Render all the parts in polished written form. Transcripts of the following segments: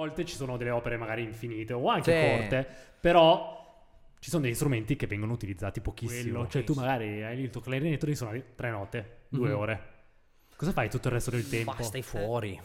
volte ci sono delle opere magari infinite o anche corte, però ci sono degli strumenti che vengono utilizzati pochissimo. Cioè tu magari hai il tuo clarinetto, devi suonare 3 note, 2 ore. Cosa fai tutto il resto del tempo? Ma stai fuori.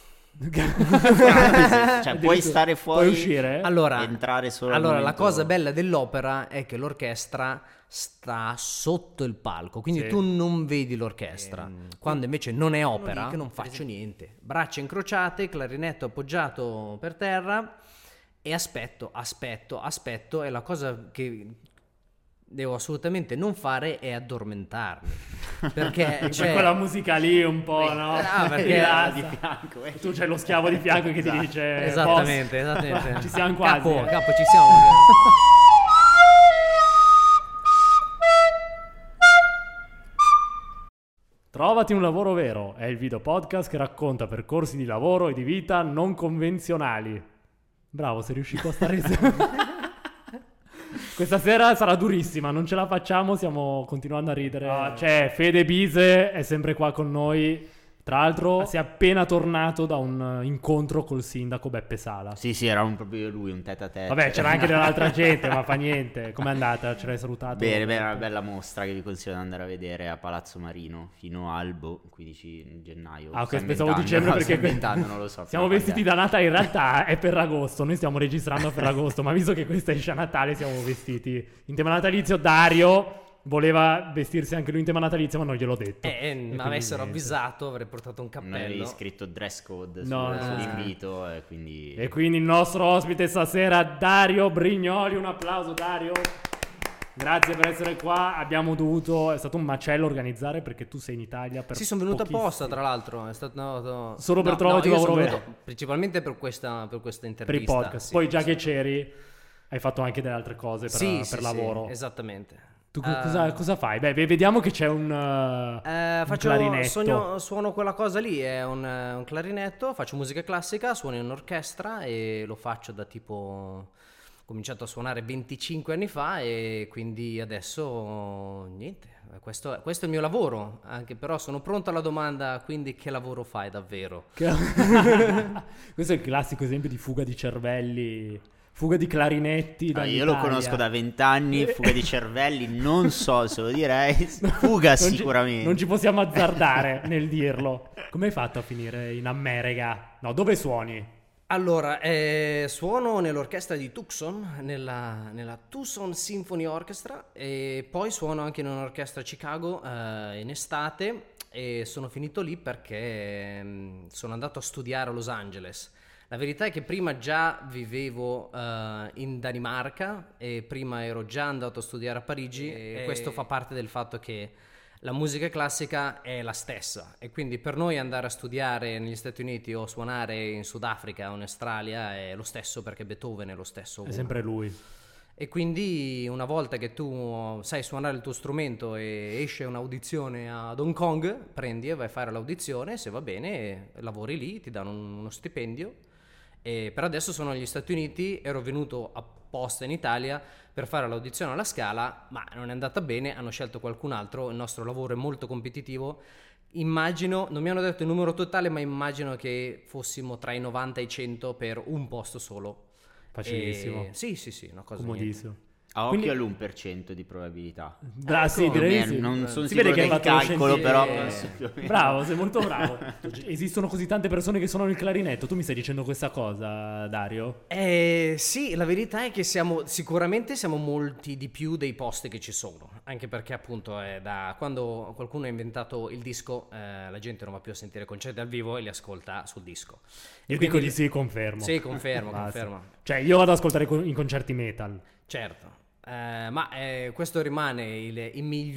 Cioè puoi stare fuori, puoi uscire, entrare solo. Allora la cosa bella dell'opera è che l'orchestra sta sotto il palco, quindi tu non vedi l'orchestra, quando invece non è opera che non faccio niente, braccia incrociate, clarinetto appoggiato per terra e aspetto e la cosa che devo assolutamente non fare è addormentarmi, perché c'è quella musica lì un po', no? Perché di fianco, tu c'hai lo schiavo di fianco che ti dice esattamente. Ci siamo quasi. Capo, ci siamo. Trovati un lavoro vero è il video podcast che racconta percorsi di lavoro e di vita non convenzionali. Bravo, sei riuscito a stare Questa sera sarà durissima, non ce la facciamo, stiamo continuando a ridere. C'è Fede Bise, è sempre qua con noi. Tra l'altro si è appena tornato da un incontro col sindaco Beppe Sala. Sì, era proprio lui, un tête à tête. Vabbè, c'era anche dell'altra gente, ma fa niente. Com'è andata? Ce l'hai salutato? Bene, una bella mostra che vi consiglio di andare a vedere a Palazzo Marino fino al 15 gennaio. Ok, pensavo dicembre perché non lo so. Siamo vestiti da Natale, in realtà è Ferragosto, noi stiamo registrando a Ferragosto, ma visto che questa esce a Natale siamo vestiti in tema natalizio. Dario voleva vestirsi anche lui in tema natalizio, ma non gliel'ho detto. Ma avessero avvisato avrei portato un cappello. Non avevi scritto dress code sull'invito e quindi... E quindi il nostro ospite stasera, Dario Brignoli. Un applauso, Dario. Grazie per essere qua. È stato un macello organizzare perché tu sei in Italia per sono venuto apposta, tra l'altro. È stato solo per trovare un lavoro vero. Principalmente per questa intervista. Per il podcast. Poi già che c'eri hai fatto anche delle altre cose per lavoro. Sì, esattamente. Tu cosa fai? Beh, vediamo che c'è un clarinetto. Suono quella cosa lì, è un clarinetto, faccio musica classica, suono in un'orchestra e lo faccio da tipo... Ho cominciato a suonare 25 anni fa e quindi adesso niente, questo è il mio lavoro, anche però sono pronto alla domanda, quindi che lavoro fai davvero? Questo è il classico esempio di fuga di cervelli. Fuga di clarinetti io lo conosco da 20 anni, fuga di cervelli non so se lo direi, fuga sicuramente. Non ci possiamo azzardare nel dirlo. Come hai fatto a finire in America? No, dove suoni? Allora, suono nell'orchestra di Tucson, nella Tucson Symphony Orchestra, e poi suono anche in un'orchestra a Chicago in estate, e sono finito lì perché sono andato a studiare a Los Angeles. La verità è che prima già vivevo in Danimarca e prima ero già andato a studiare a Parigi e questo fa parte del fatto che la musica classica è la stessa e quindi per noi andare a studiare negli Stati Uniti o suonare in Sudafrica o in Australia è lo stesso, perché Beethoven è lo stesso. È sempre lui. E quindi una volta che tu sai suonare il tuo strumento e esce un'audizione ad Hong Kong, prendi e vai a fare l'audizione, se va bene lavori lì, ti danno uno stipendio. E per adesso sono negli Stati Uniti, ero venuto apposta in Italia per fare l'audizione alla Scala, ma non è andata bene, hanno scelto qualcun altro, il nostro lavoro è molto competitivo. Immagino, non mi hanno detto il numero totale, ma immagino che fossimo tra i 90 e i 100 per un posto solo. Facilissimo. Sì, una cosa comodissimo. A occhio all'1% di probabilità. Sì, direi sì. Non sono si sicuro vede che del calcolo, però penso più o meno. Bravo, sei molto bravo. Esistono così tante persone che suonano il clarinetto. Tu mi stai dicendo questa cosa, Dario? Sì, la verità è che siamo molti di più dei posti che ci sono. Anche perché appunto da quando qualcuno ha inventato il disco, la gente non va più a sentire concerti dal vivo e li ascolta sul disco. Io dico di sì, confermo. Sì, confermo. Cioè io vado ad ascoltare i concerti metal. Certo. Ma questo rimane le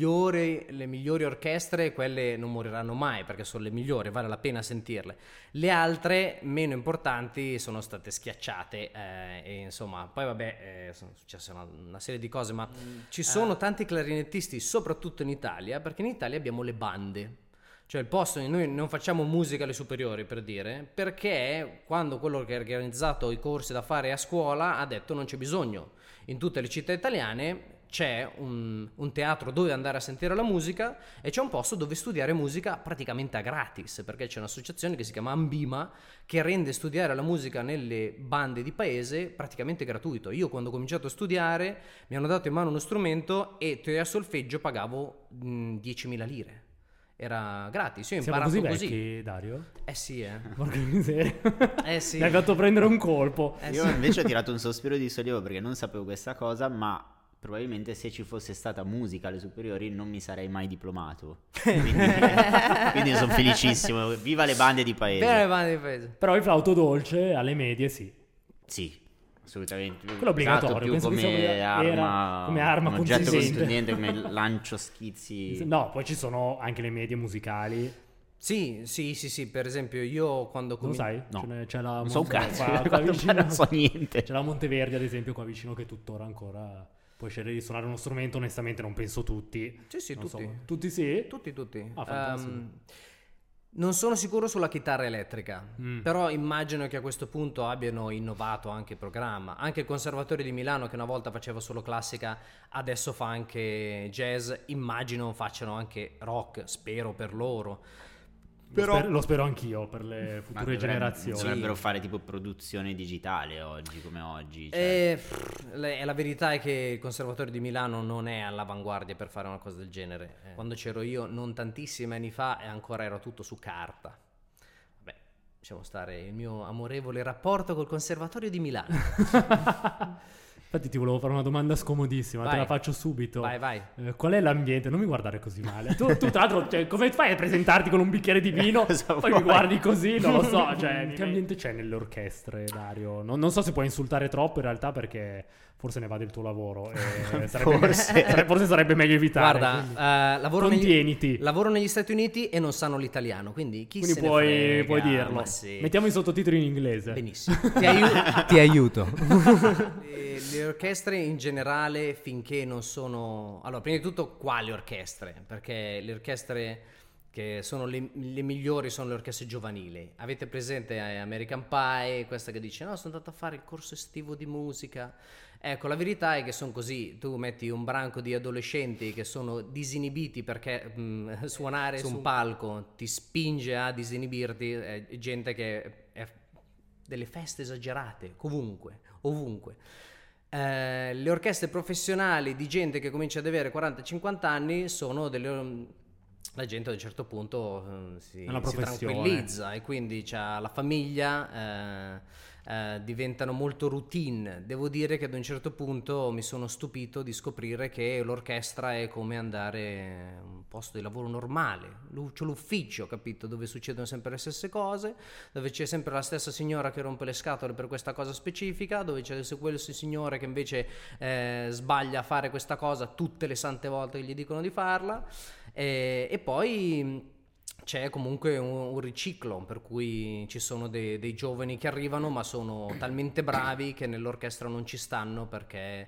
migliori orchestre, quelle non moriranno mai perché sono le migliori, vale la pena sentirle. Le altre meno importanti sono state schiacciate e insomma poi vabbè sono successe una serie di cose, ma ci sono tanti clarinettisti soprattutto in Italia, perché in Italia abbiamo le bande. Cioè il posto, noi non facciamo musica alle superiori, per dire, perché quando quello che ha organizzato i corsi da fare a scuola ha detto non c'è bisogno. In tutte le città italiane c'è un teatro dove andare a sentire la musica e c'è un posto dove studiare musica praticamente a gratis, perché c'è un'associazione che si chiama Ambima che rende studiare la musica nelle bande di paese praticamente gratuito. Io quando ho cominciato a studiare mi hanno dato in mano uno strumento e teoria solfeggio pagavo 10.000 lire. Era gratis, io ho Siamo imparato così così. vecchi, Dario? Sì. Porca miseria. Sì. Mi hai fatto prendere un colpo. Io invece ho tirato un sospiro di sollievo perché non sapevo questa cosa, ma probabilmente se ci fosse stata musica alle superiori non mi sarei mai diplomato. Quindi sono felicissimo. Viva le bande di paese. Viva le bande di paese. Però il flauto dolce alle medie sì. Sì, assolutamente. Quello obbligatorio, Più penso che come sia arma, come arma un oggetto consistente. contundente, come lancio schizzi. No, poi ci sono anche le medie musicali. Sì, per esempio io quando Non lo sai? No. C'è la Non so un cazzo, qua vicino. non so niente. C'è la Monteverdi, ad esempio, qua vicino, che tuttora ancora puoi scegliere di suonare uno strumento. Onestamente non penso tutti. Sì, Non tutti. so. Tutti sì? Tutti. Ah, fantastico. Non sono sicuro sulla chitarra elettrica, però immagino che a questo punto abbiano innovato anche il programma. Anche il Conservatorio di Milano, che una volta faceva solo classica, adesso fa anche jazz. Immagino facciano anche rock, spero per loro. Però lo spero anch'io per le future generazioni. Dovrebbero fare tipo produzione digitale oggi come oggi. La verità è che il Conservatorio di Milano non è all'avanguardia per fare una cosa del genere. Quando c'ero io, non tantissimi anni fa, e ancora era tutto su carta. Vabbè, lasciamo stare il mio amorevole rapporto col Conservatorio di Milano. Infatti ti volevo fare una domanda scomodissima, te la faccio subito. Vai. Qual è l'ambiente? Non mi guardare così male. Tu tra l'altro, come fai a presentarti con un bicchiere di vino? Poi mi guardi così, non lo so. Che ambiente c'è nelle orchestre, Dario? Non so se puoi insultare troppo in realtà, perché forse ne va del tuo lavoro. E forse sarebbe meglio evitare. Guarda, lavoro negli Stati Uniti e non sanno l'italiano, quindi se ne frega, puoi dirlo. Sì. Mettiamo i sottotitoli in inglese. Benissimo. Ti aiuto. Le orchestre in generale, finché non sono... Allora, prima di tutto, quali orchestre? Perché le orchestre che sono le migliori sono le orchestre giovanili. Avete presente American Pie, questa che dice no, sono andato a fare il corso estivo di musica. Ecco, la verità è che sono così. Tu metti un branco di adolescenti che sono disinibiti perché suonare su un palco ti spinge a disinibirti, è gente che è delle feste esagerate, ovunque. Le orchestre professionali di gente che comincia ad avere 40-50 anni sono la gente ad un certo punto si tranquillizza e quindi c'ha la famiglia, diventano molto routine. Devo dire che ad un certo punto mi sono stupito di scoprire che l'orchestra è come andare a un posto di lavoro normale. C'è l'ufficio, capito, dove succedono sempre le stesse cose, dove c'è sempre la stessa signora che rompe le scatole per questa cosa specifica, dove c'è quel signore che invece sbaglia a fare questa cosa tutte le sante volte che gli dicono di farla, e poi c'è comunque un riciclo, per cui ci sono dei giovani che arrivano ma sono talmente bravi che nell'orchestra non ci stanno, perché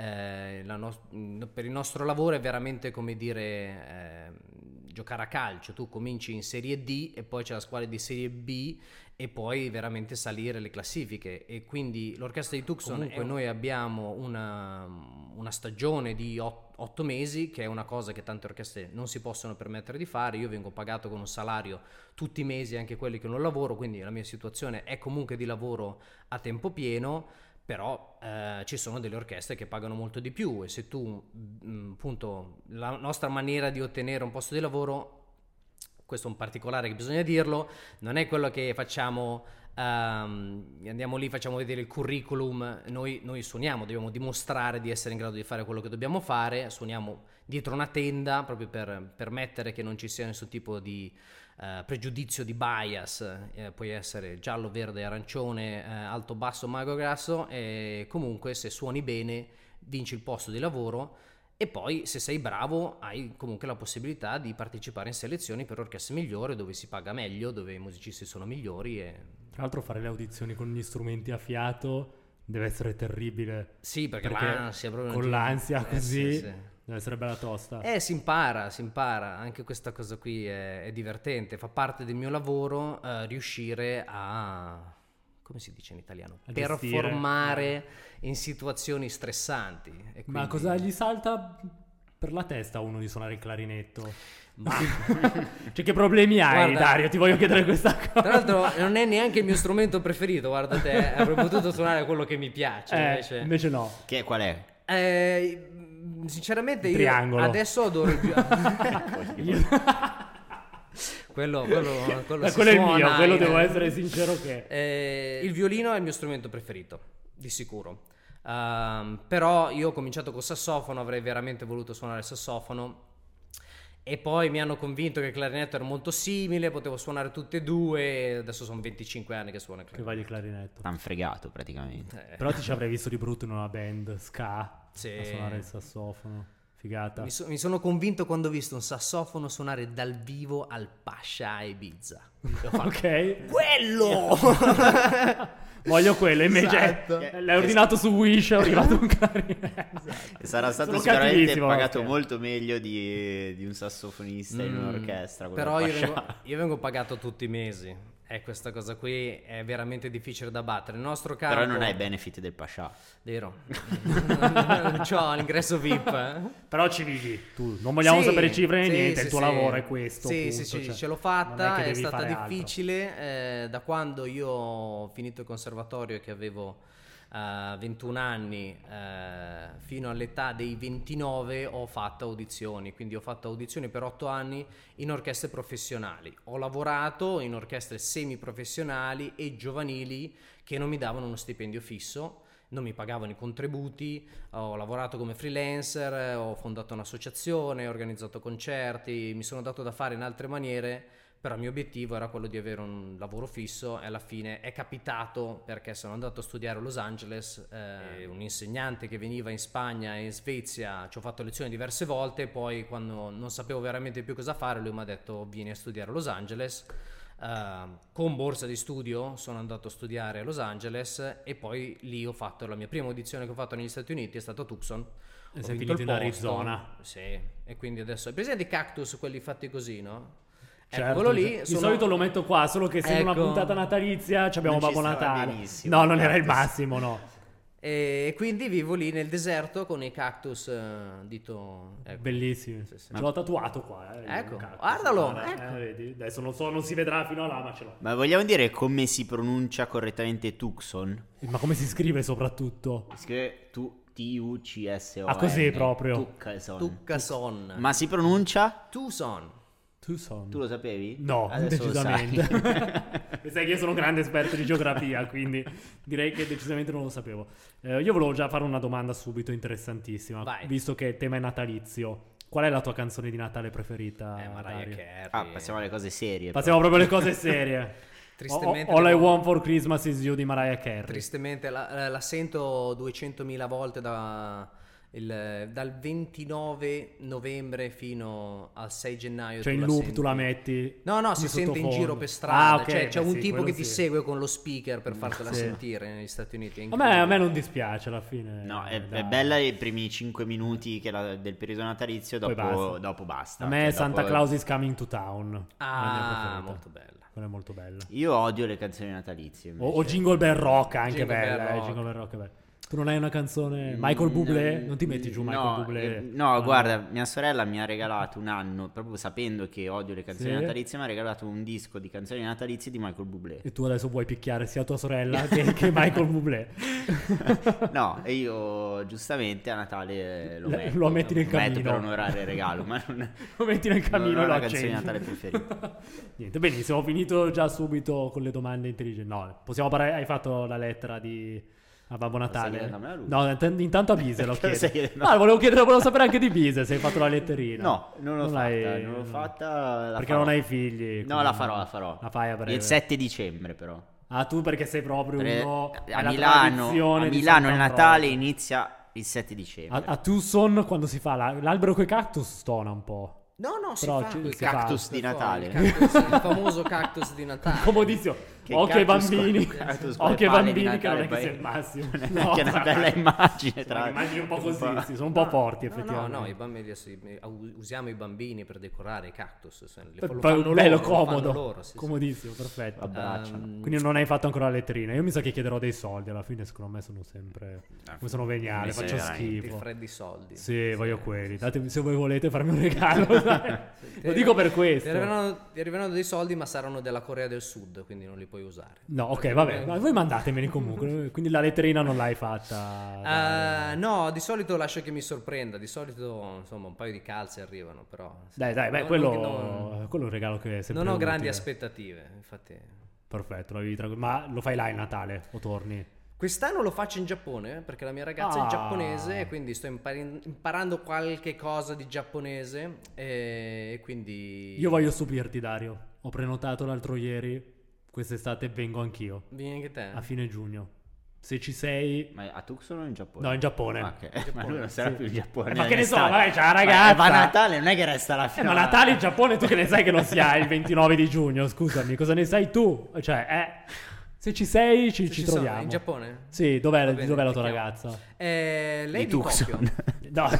per il nostro lavoro è veramente come dire giocare a calcio. Tu cominci in Serie D e poi c'è la squadra di Serie B e poi veramente salire le classifiche. E quindi l'orchestra di Tucson, noi abbiamo una stagione di 8 mesi, che è una cosa che tante orchestre non si possono permettere di fare. Io vengo pagato con un salario tutti i mesi, anche quelli che non lavoro, quindi la mia situazione è comunque di lavoro a tempo pieno. Però ci sono delle orchestre che pagano molto di più, e se tu appunto, la nostra maniera di ottenere un posto di lavoro, questo è un particolare che bisogna dirlo, non è quello che facciamo, andiamo lì, facciamo vedere il curriculum, noi suoniamo, dobbiamo dimostrare di essere in grado di fare quello che dobbiamo fare, suoniamo dietro una tenda proprio per permettere che non ci sia nessun tipo di pregiudizio, di bias, puoi essere giallo, verde, arancione, alto, basso, magro, grasso, e comunque se suoni bene vinci il posto di lavoro. E poi se sei bravo hai comunque la possibilità di partecipare in selezioni per orchestre migliori, dove si paga meglio, dove i musicisti sono migliori. Tra l'altro fare le audizioni con gli strumenti a fiato deve essere terribile. Sì, perché l'ansia, proprio con l'ansia così sì. deve essere bella tosta. Si impara, anche questa cosa qui è divertente, fa parte del mio lavoro, riuscire a come si dice in italiano? A gestire. Performare in situazioni stressanti. E quindi... Ma cosa gli salta per la testa a uno di suonare il clarinetto? Ma... Cioè, che problemi hai, Guarda, Dario? Ti voglio chiedere questa cosa. tra l'altro non è neanche il mio strumento preferito, guarda te, avrei potuto suonare quello che mi piace. Invece no. Qual è? Sinceramente io Triangolo. adesso adoro quello Quello è il suona, mio, quello devo essere sincero che... il violino è il mio strumento preferito, di sicuro. Però io ho cominciato col sassofono, avrei veramente voluto suonare il sassofono e poi mi hanno convinto che il clarinetto era molto simile, potevo suonare tutte e due, adesso sono 25 anni che suono il Che clarinetto. vai di clarinetto. T'han fregato praticamente. Però ti ci avrei visto di brutto in una band ska Sì. a suonare il sassofono. Figata. Mi sono convinto quando ho visto un sassofono suonare dal vivo al Pasha a Ibiza. Ok. Quello! Voglio quello, invece Esatto. l'hai ordinato su Wish, è arrivato un clarinetto. E sarà stato Sono sicuramente cattivissimo, pagato ok. molto meglio di un sassofonista in un'orchestra. quello Però Pasha. io vengo pagato tutti i mesi. E questa cosa qui è veramente difficile da battere. Il nostro campo... Però non hai i benefit del Pasha. Vero. Non c'ho l'ingresso VIP. Però ci vivi tu, non vogliamo sapere cifre né sì, niente, sì, il tuo sì. lavoro è questo. Sì, punto, sì, cioè, ce l'ho non fatta, che è devi stata fare altro. difficile. Da quando io ho finito il conservatorio e che avevo 21 anni fino all'età dei 29 ho fatto audizioni, quindi ho fatto audizioni per 8 anni in orchestre professionali. Ho lavorato in orchestre semiprofessionali e giovanili che non mi davano uno stipendio fisso, non mi pagavano i contributi, ho lavorato come freelancer, ho fondato un'associazione, ho organizzato concerti, mi sono dato da fare in altre maniere. Però il mio obiettivo era quello di avere un lavoro fisso e alla fine è capitato perché sono andato a studiare a Los Angeles, un insegnante che veniva in Spagna e in Svezia, ci ho fatto lezioni diverse volte, poi quando non sapevo veramente più cosa fare lui mi ha detto vieni a studiare a Los Angeles, con borsa di studio sono andato a studiare a Los Angeles e poi lì ho fatto la mia prima audizione che ho fatto negli Stati Uniti, è stato a Tucson. E Ho sei vinto finito il in posto. Arizona. Sì, e quindi adesso hai presente i cactus, quelli fatti così, no? Certo, Ecco, quello lì di solito lo metto qua, solo che essendo una Ecco. puntata natalizia ci abbiamo Non ci Babbo stava Natale. benissimo, No, non era il cactus. massimo, no. E quindi vivo lì nel deserto con i cactus dito ecco. Bellissimi. Sì, sì. Ce l'ho tatuato qua. Ecco, il cactus. guardalo, Guarda, ecco. vedi? Adesso non so, non si vedrà fino a là, ma ce l'ho. Ma vogliamo dire come si pronuncia correttamente Tucson? Ma come si scrive soprattutto? Si scrive Tucson. Ah, così proprio. Tucson. Tucson. Ma si pronuncia? Tucson. Tucson. Tu lo sapevi? No, Adesso lo sai. decisamente. Sai che io sono un grande esperto di geografia, quindi direi che decisamente non lo sapevo. Io volevo già fare una domanda subito interessantissima, Vai. visto che tema è natalizio. Qual è la tua canzone di Natale preferita? Mariah Dario? Carey. Ah, passiamo alle cose serie. Passiamo proprio alle cose serie. Tristemente All I devo- Want for Christmas is You di Mariah Carey. Tristemente la sento 200.000 volte dal 29 novembre fino al 6 gennaio. Cioè tu in la loop senti. tu la metti. No, si di sente in sottofondo. giro per strada. Ah, ok, C'è beh, un sì, tipo quello che ti sì. segue con lo speaker per fartela Sì. sentire negli Stati Uniti. È A incredibile. me non dispiace alla fine. No, è dai. bella i primi 5 minuti del periodo natalizio, Poi dopo basta. A me Cioè, Santa dopo- Claus is Coming to Town. È la mia preferita. Molto bella. Quella è molto bella. Io odio le canzoni natalizie. O invece. Jingle Bell Rock, anche Jingle Bell bella. Rock. Jingle Bell Rock è bella. Tu non hai una canzone? Michael Bublé? Non ti metti giù Michael no, Bublé? No, guarda, mia sorella mi ha regalato un anno, proprio sapendo che odio le canzoni Sì? natalizie, mi ha regalato un disco di canzoni natalizie di Michael Bublé. E tu adesso vuoi picchiare sia tua sorella che Michael Bublé? No, e io giustamente a Natale Lo metti nel lo metto cammino. per onorare il regalo, ma non, Lo metti nel cammino non e è lo la canzone di accendi. Natale preferita. Niente, benissimo, ho finito già subito con le domande intelligenti. No, possiamo parlare, hai fatto la lettera a Babbo Natale? chiedendo a me o a lui? No, intanto a Bise lo Perché lo chiedo. stai chiedendo? No, volevo sapere anche di Bise se hai fatto la letterina. No, non l'ho l'hai- fatta. La Perché farò. non hai figli. No, quindi la farò. La fai a breve. Il 7 dicembre però. Ah, tu perché sei proprio uno a alla Milano tradizione di il Sant'Ambrogio. Natale inizia il 7 dicembre. A Tucson quando si fa l'albero coi cactus stona un po'. No, si Però fa. ci- Il si fa. cactus di Natale. Il famoso cactus di Natale. Comodissimo. Occhio ai bambini, Cactus occhio ai palle di bambini che non Natale, è che poi- sia il massimo. Non è No, neanche una bella immagine, tra Sono immagini un po' così, un po'. sì, sono un po' forti No, effettivamente. i bambini usiamo i bambini per decorare i cactus. Poi Lo fanno un bello loro, lo fanno comodo, loro, sì, sì. comodissimo, perfetto. Abbracciano. Quindi non hai fatto ancora la letterina. Io mi sa che chiederò dei soldi. Alla fine, secondo me, sono sempre come sono veniale. mi Faccio sembra I schifo. freddi soldi. Sì, voglio quelli. Datemi, se voi volete farmi un regalo. dai. Lo dico per questo. Ti arriveranno dei soldi, ma saranno della Corea del Sud, quindi non li puoi usare. No, ok, vabbè. Ma voi mandatemeli comunque. Quindi la letterina non l'hai fatta. No, di solito lascio che mi sorprenda. Di solito, insomma, un paio di calze arrivano, però. Dai, beh, Non- quello non- è un regalo che è sempre non ho grandi utile. aspettative, infatti. Perfetto, la vivi tranquillo. Ma lo fai là il Natale o torni? Quest'anno lo faccio in Giappone, perché la mia ragazza Ah. è giapponese, e quindi sto imparando qualche cosa di giapponese, e quindi... Io voglio stupirti, Dario. Ho prenotato l'altro ieri. Quest'estate vengo anch'io. Vieni anche te? A fine giugno. Se ci sei... Ma a Tucson o in Giappone? No, in Giappone. Ah, ok. Ma lui non sarà sì. più in Giappone. Ma che ne so, l'estate. vai, c'è la ragazza. Ma Natale non è che resta la fine. Ma Natale in Giappone tu che ne sai che non sia il 29 di giugno, scusami, cosa ne sai tu? Cioè, se ci sei ci ci sono, troviamo. in Giappone? Sì, Va bene, dov'è la tua ti chiamo. ragazza? Lei Di di Tucson. Tokyo. No.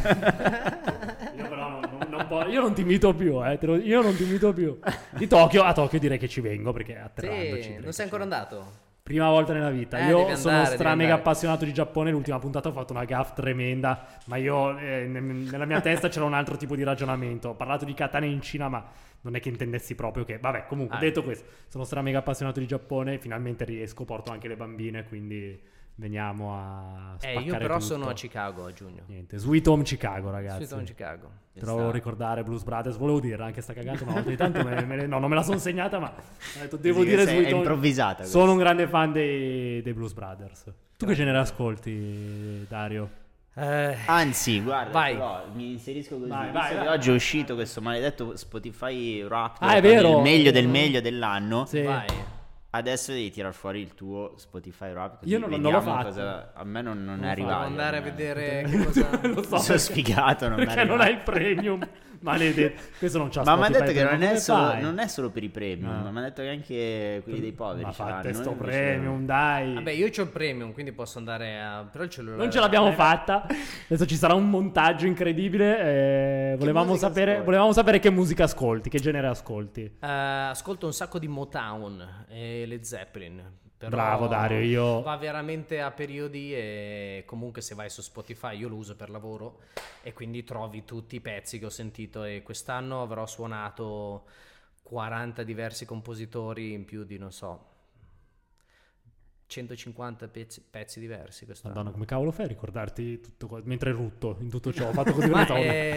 Io però io non ti invito più, io non ti invito più. Di Tokyo, a Tokyo direi che ci vengo perché atterrandoci. Sì, direi non sei che ancora ci andato? Prima volta nella vita. Devi Io andare, sono devi stra mega andare. appassionato di Giappone. L'ultima puntata ho fatto una gaffe tremenda. Ma io nella mia testa c'era un altro tipo di ragionamento. Ho parlato di katane in Cina, ma non è che intendessi proprio che. Vabbè, comunque, detto questo, sono stra mega appassionato di Giappone. Finalmente riesco, porto anche le bambine. Quindi veniamo a spaccare Io però tutto. sono a Chicago a giugno. Niente, Sweet Home Chicago, ragazzi. Sweet Home Chicago. Te lo volevo ricordare, Blues Brothers. Volevo dire anche sta cagata una volta di tanto. No, non me la sono segnata, ma ho detto, devo Sì, dire è Sweet Home. improvvisata Sono questa. un grande fan dei Blues Brothers. Tu che genere ascolti, Dario? Anzi, guarda, Vai. però mi inserisco così. Vai, Visto vai, che vai. oggi è uscito questo maledetto Spotify Wrapped, Ah, è vero. il meglio dell'anno. Sì. Vai. Adesso devi tirar fuori il tuo Spotify Wrapped. Io non l'ho fatto. A me non è l'ho arrivato. Devo andare a non è- vedere che cosa... Lo so, Sono perché- sfigato, non mi è perché non arrivato. hai il premium. Maledetto. Questo non c'ha Ma mi ha Spotify detto che Premium, come fai? non è solo per i premium, No. ma mi ha detto che anche quelli dei poveri Ma ce fate l'hanno. sto Invece- premium, dai. Vabbè, io c'ho il premium, quindi posso andare a... Però il cellulare... Non ce l'abbiamo fatta. Adesso ci sarà un montaggio incredibile. Volevamo musica ascolti? sapere che musica ascolti, che genere ascolti. Ascolto un sacco di Motown e Led Zeppelin. Però Bravo, Dario, io- va veramente a periodi, e comunque se vai su Spotify io lo uso per lavoro e quindi trovi tutti i pezzi che ho sentito, e quest'anno avrò suonato 40 diversi compositori in più di, non so, 150 pezzi diversi quest'anno. Madonna, come cavolo fai a ricordarti tutto mentre rutto in tutto ciò? Ho fatto così Ma,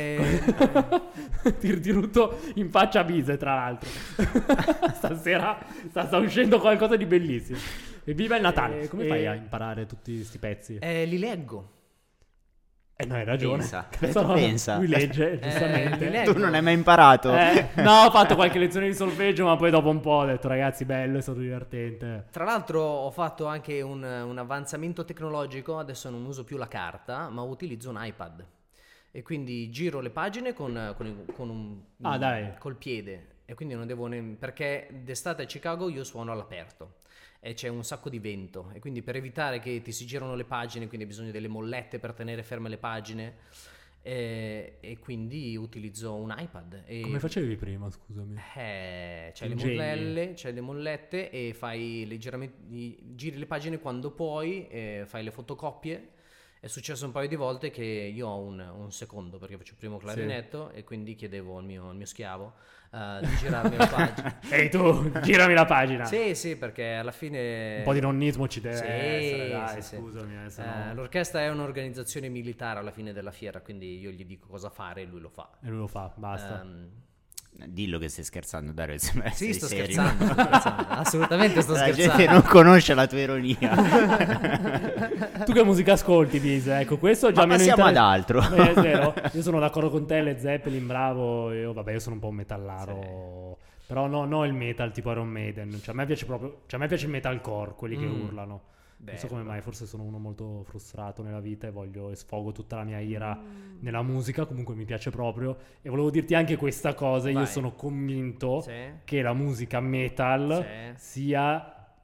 ti rutto in faccia a Bise, tra l'altro. Stasera sta uscendo qualcosa di bellissimo. E viva il Natale! Come fai a imparare tutti questi pezzi? li leggo. No, hai ragione. Pensa. Cazzo, no, Pensa. Lui legge, giustamente. li leggo. Tu non hai mai imparato? No, ho fatto qualche lezione di solfeggio, ma poi dopo un po' ho detto, ragazzi, bello, è stato divertente. Tra l'altro ho fatto anche un avanzamento tecnologico, adesso non uso più la carta, ma utilizzo un iPad. E quindi giro le pagine con dai. col piede. E quindi non devo perché d'estate a Chicago io suono all'aperto e c'è un sacco di vento, e quindi per evitare che ti si girano le pagine, quindi hai bisogno delle mollette per tenere ferme le pagine, e quindi utilizzo un iPad. E Come facevi prima, scusami? c'hai Ingegni. c'hai le mollette e fai giri le pagine quando puoi, fai le fotocopie. È successo un paio di volte che io ho un secondo, perché faccio primo clarinetto, e quindi chiedevo al mio schiavo di girarmi la pagina. Ehi tu, girami la pagina. Sì, perché alla fine... Un po' di nonnismo ci deve Sì, essere, dai, sì. scusami. Se no- L'orchestra è un'organizzazione militare alla fine della fiera, quindi io gli dico cosa fare e lui lo fa. E lui lo fa, basta. Dillo che stai scherzando, Dario. Sì, sei sto serio. scherzando, sto scherzando. Assolutamente sto La scherzando. gente non conosce la tua ironia. Tu che musica ascolti, Bise? Ecco, questo già Ma meno passiamo ad altro. È vero. Io sono d'accordo con te, Led Zeppelin, bravo. Io sono un po' un metallaro. Però no il metal tipo Iron Maiden. Cioè, a me piace proprio. Cioè, a me piace il metalcore, quelli che urlano. Non so come mai, forse sono uno molto frustrato nella vita e sfogo tutta la mia ira nella musica, comunque mi piace proprio. E volevo dirti anche questa cosa, io Vai. sono convinto Sì. che la musica metal Sì. sia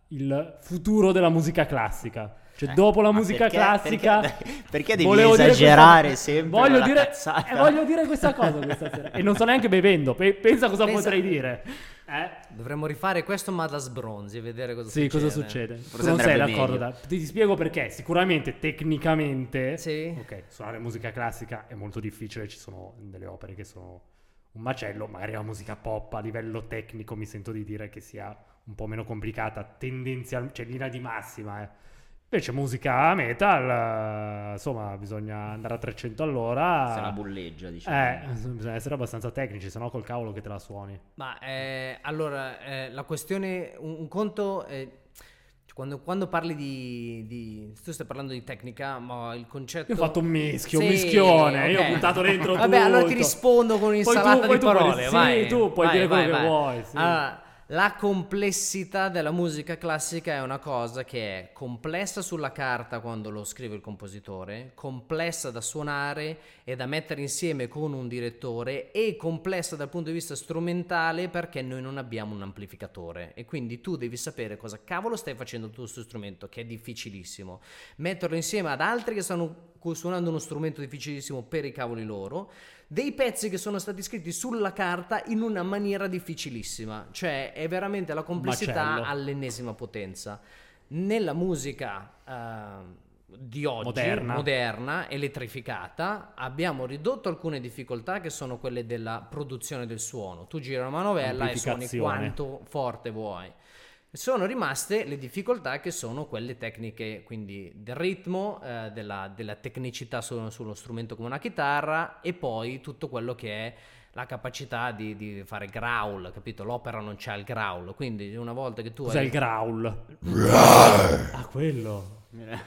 il futuro della musica classica. Cioè, dopo la musica classica... Perché devi esagerare sempre voglio la dire, cazzata? voglio dire questa cosa questa sera. E non sto neanche bevendo. Pensa cosa potrei dire. Dovremmo rifare questo ma da sbronzi e vedere cosa succede. Sì, cosa succede. Forse Tu non sei andrebbe d'accordo? Ti spiego perché. Sicuramente, tecnicamente... Sì. Ok, suonare musica classica è molto difficile. Ci sono delle opere che sono un macello. Magari la musica pop a livello tecnico mi sento di dire che sia un po' meno complicata. Tendenzialmente, cioè linea di massima, Invece musica metal, insomma, bisogna andare a 300 all'ora. Se la bulleggia, diciamo. Bisogna essere abbastanza tecnici, sennò col cavolo che te la suoni. Ma allora, la questione, un conto... Quando parli di tu stai parlando di tecnica, ma il concetto... Io ho fatto un mischio, sì, un mischione, okay. Io ho buttato dentro tutto. Vabbè, allora ti rispondo con un'insalata di parole, vai. Sì, tu puoi dire quello che vuoi, sì. Allora, la complessità della musica classica è una cosa che è complessa sulla carta quando lo scrive il compositore, complessa da suonare e da mettere insieme con un direttore e complessa dal punto di vista strumentale perché noi non abbiamo un amplificatore e quindi tu devi sapere cosa cavolo stai facendo tu sto strumento, che è difficilissimo, metterlo insieme ad altri che stanno suonando uno strumento difficilissimo per i cavoli loro, dei pezzi che sono stati scritti sulla carta in una maniera difficilissima, cioè è veramente la complessità Macello. all'ennesima potenza. Nella musica di oggi, moderna, elettrificata, abbiamo ridotto alcune difficoltà che sono quelle della produzione del suono. Tu giri una manovella e suoni quanto forte vuoi. Sono rimaste le difficoltà che sono quelle tecniche, quindi del ritmo, della tecnicità sullo strumento come una chitarra e poi tutto quello che è la capacità di fare growl, capito? L'opera non c'ha il growl, quindi una volta che tu Cos'è hai... il growl? Quello.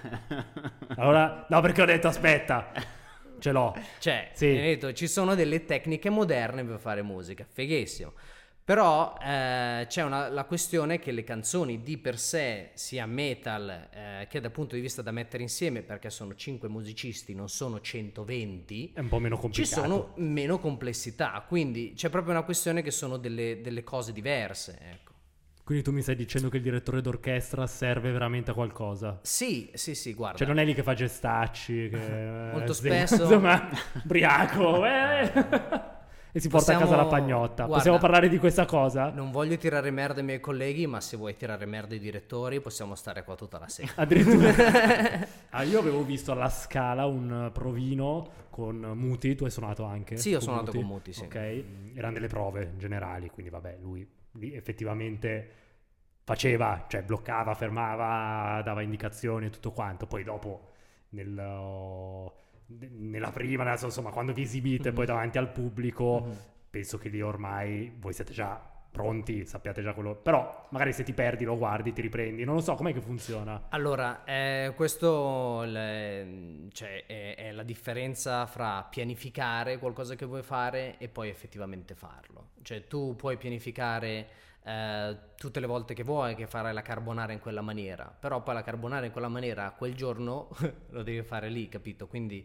Allora, no, perché ho detto aspetta. Ce l'ho. Cioè, sì. Detto, ci sono delle tecniche moderne per fare musica, fighissimo. Però c'è la questione che le canzoni di per sé, sia metal che dal punto di vista da mettere insieme, perché sono 5 musicisti, non sono 120, è un po' meno complicato. Ci sono meno complessità, quindi c'è proprio una questione che sono delle cose diverse, ecco. Quindi tu mi stai dicendo che il direttore d'orchestra serve veramente a qualcosa? Sì, guarda. Cioè non è lì che fa gestacci, che molto spesso... Insomma, ubriaco, e si porta a casa la pagnotta. Guarda, possiamo parlare di questa cosa? Non voglio tirare merda ai miei colleghi, ma se vuoi tirare merda ai direttori possiamo stare qua tutta la sera. Addirittura. Io avevo visto alla Scala un provino con Muti. Tu hai suonato anche? Sì, ho suonato con Muti, sì. Ok, erano delle prove generali, quindi vabbè, lui lì effettivamente faceva, cioè bloccava, fermava, dava indicazioni e tutto quanto. Poi dopo nella prima, insomma, quando vi esibite poi davanti al pubblico, penso che lì ormai voi siete già pronti, sappiate già quello, però magari se ti perdi lo guardi, ti riprendi, non lo so, com'è che funziona? Allora, questo cioè, è la differenza fra pianificare qualcosa che vuoi fare e poi effettivamente farlo. Cioè tu puoi pianificare tutte le volte che vuoi che farai la carbonara in quella maniera, però poi la carbonara in quella maniera quel giorno lo devi fare lì, capito? Quindi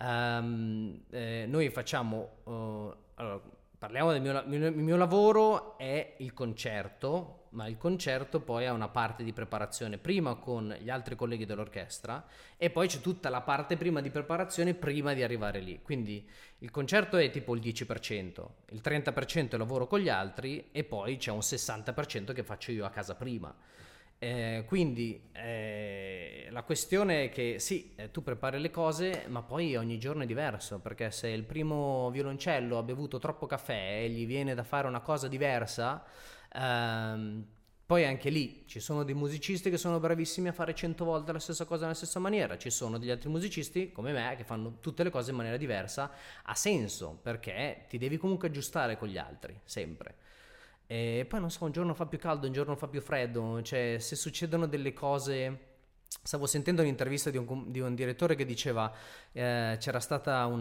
noi facciamo allora, parliamo del mio lavoro è il concerto, ma il concerto poi ha una parte di preparazione prima con gli altri colleghi dell'orchestra e poi c'è tutta la parte prima di preparazione prima di arrivare lì. Quindi il concerto è tipo il 10%, il 30% è lavoro con gli altri e poi c'è un 60% che faccio io a casa prima. Quindi la questione è che sì, tu prepari le cose ma poi ogni giorno è diverso, perché se il primo violoncello ha bevuto troppo caffè e gli viene da fare una cosa diversa, poi anche lì ci sono dei musicisti che sono bravissimi a fare 100 volte la stessa cosa nella stessa maniera, ci sono degli altri musicisti come me che fanno tutte le cose in maniera diversa. Ha senso perché ti devi comunque aggiustare con gli altri sempre. E poi non so, un giorno fa più caldo, un giorno fa più freddo, cioè se succedono delle cose. Stavo sentendo un'intervista di un direttore che diceva c'era stata un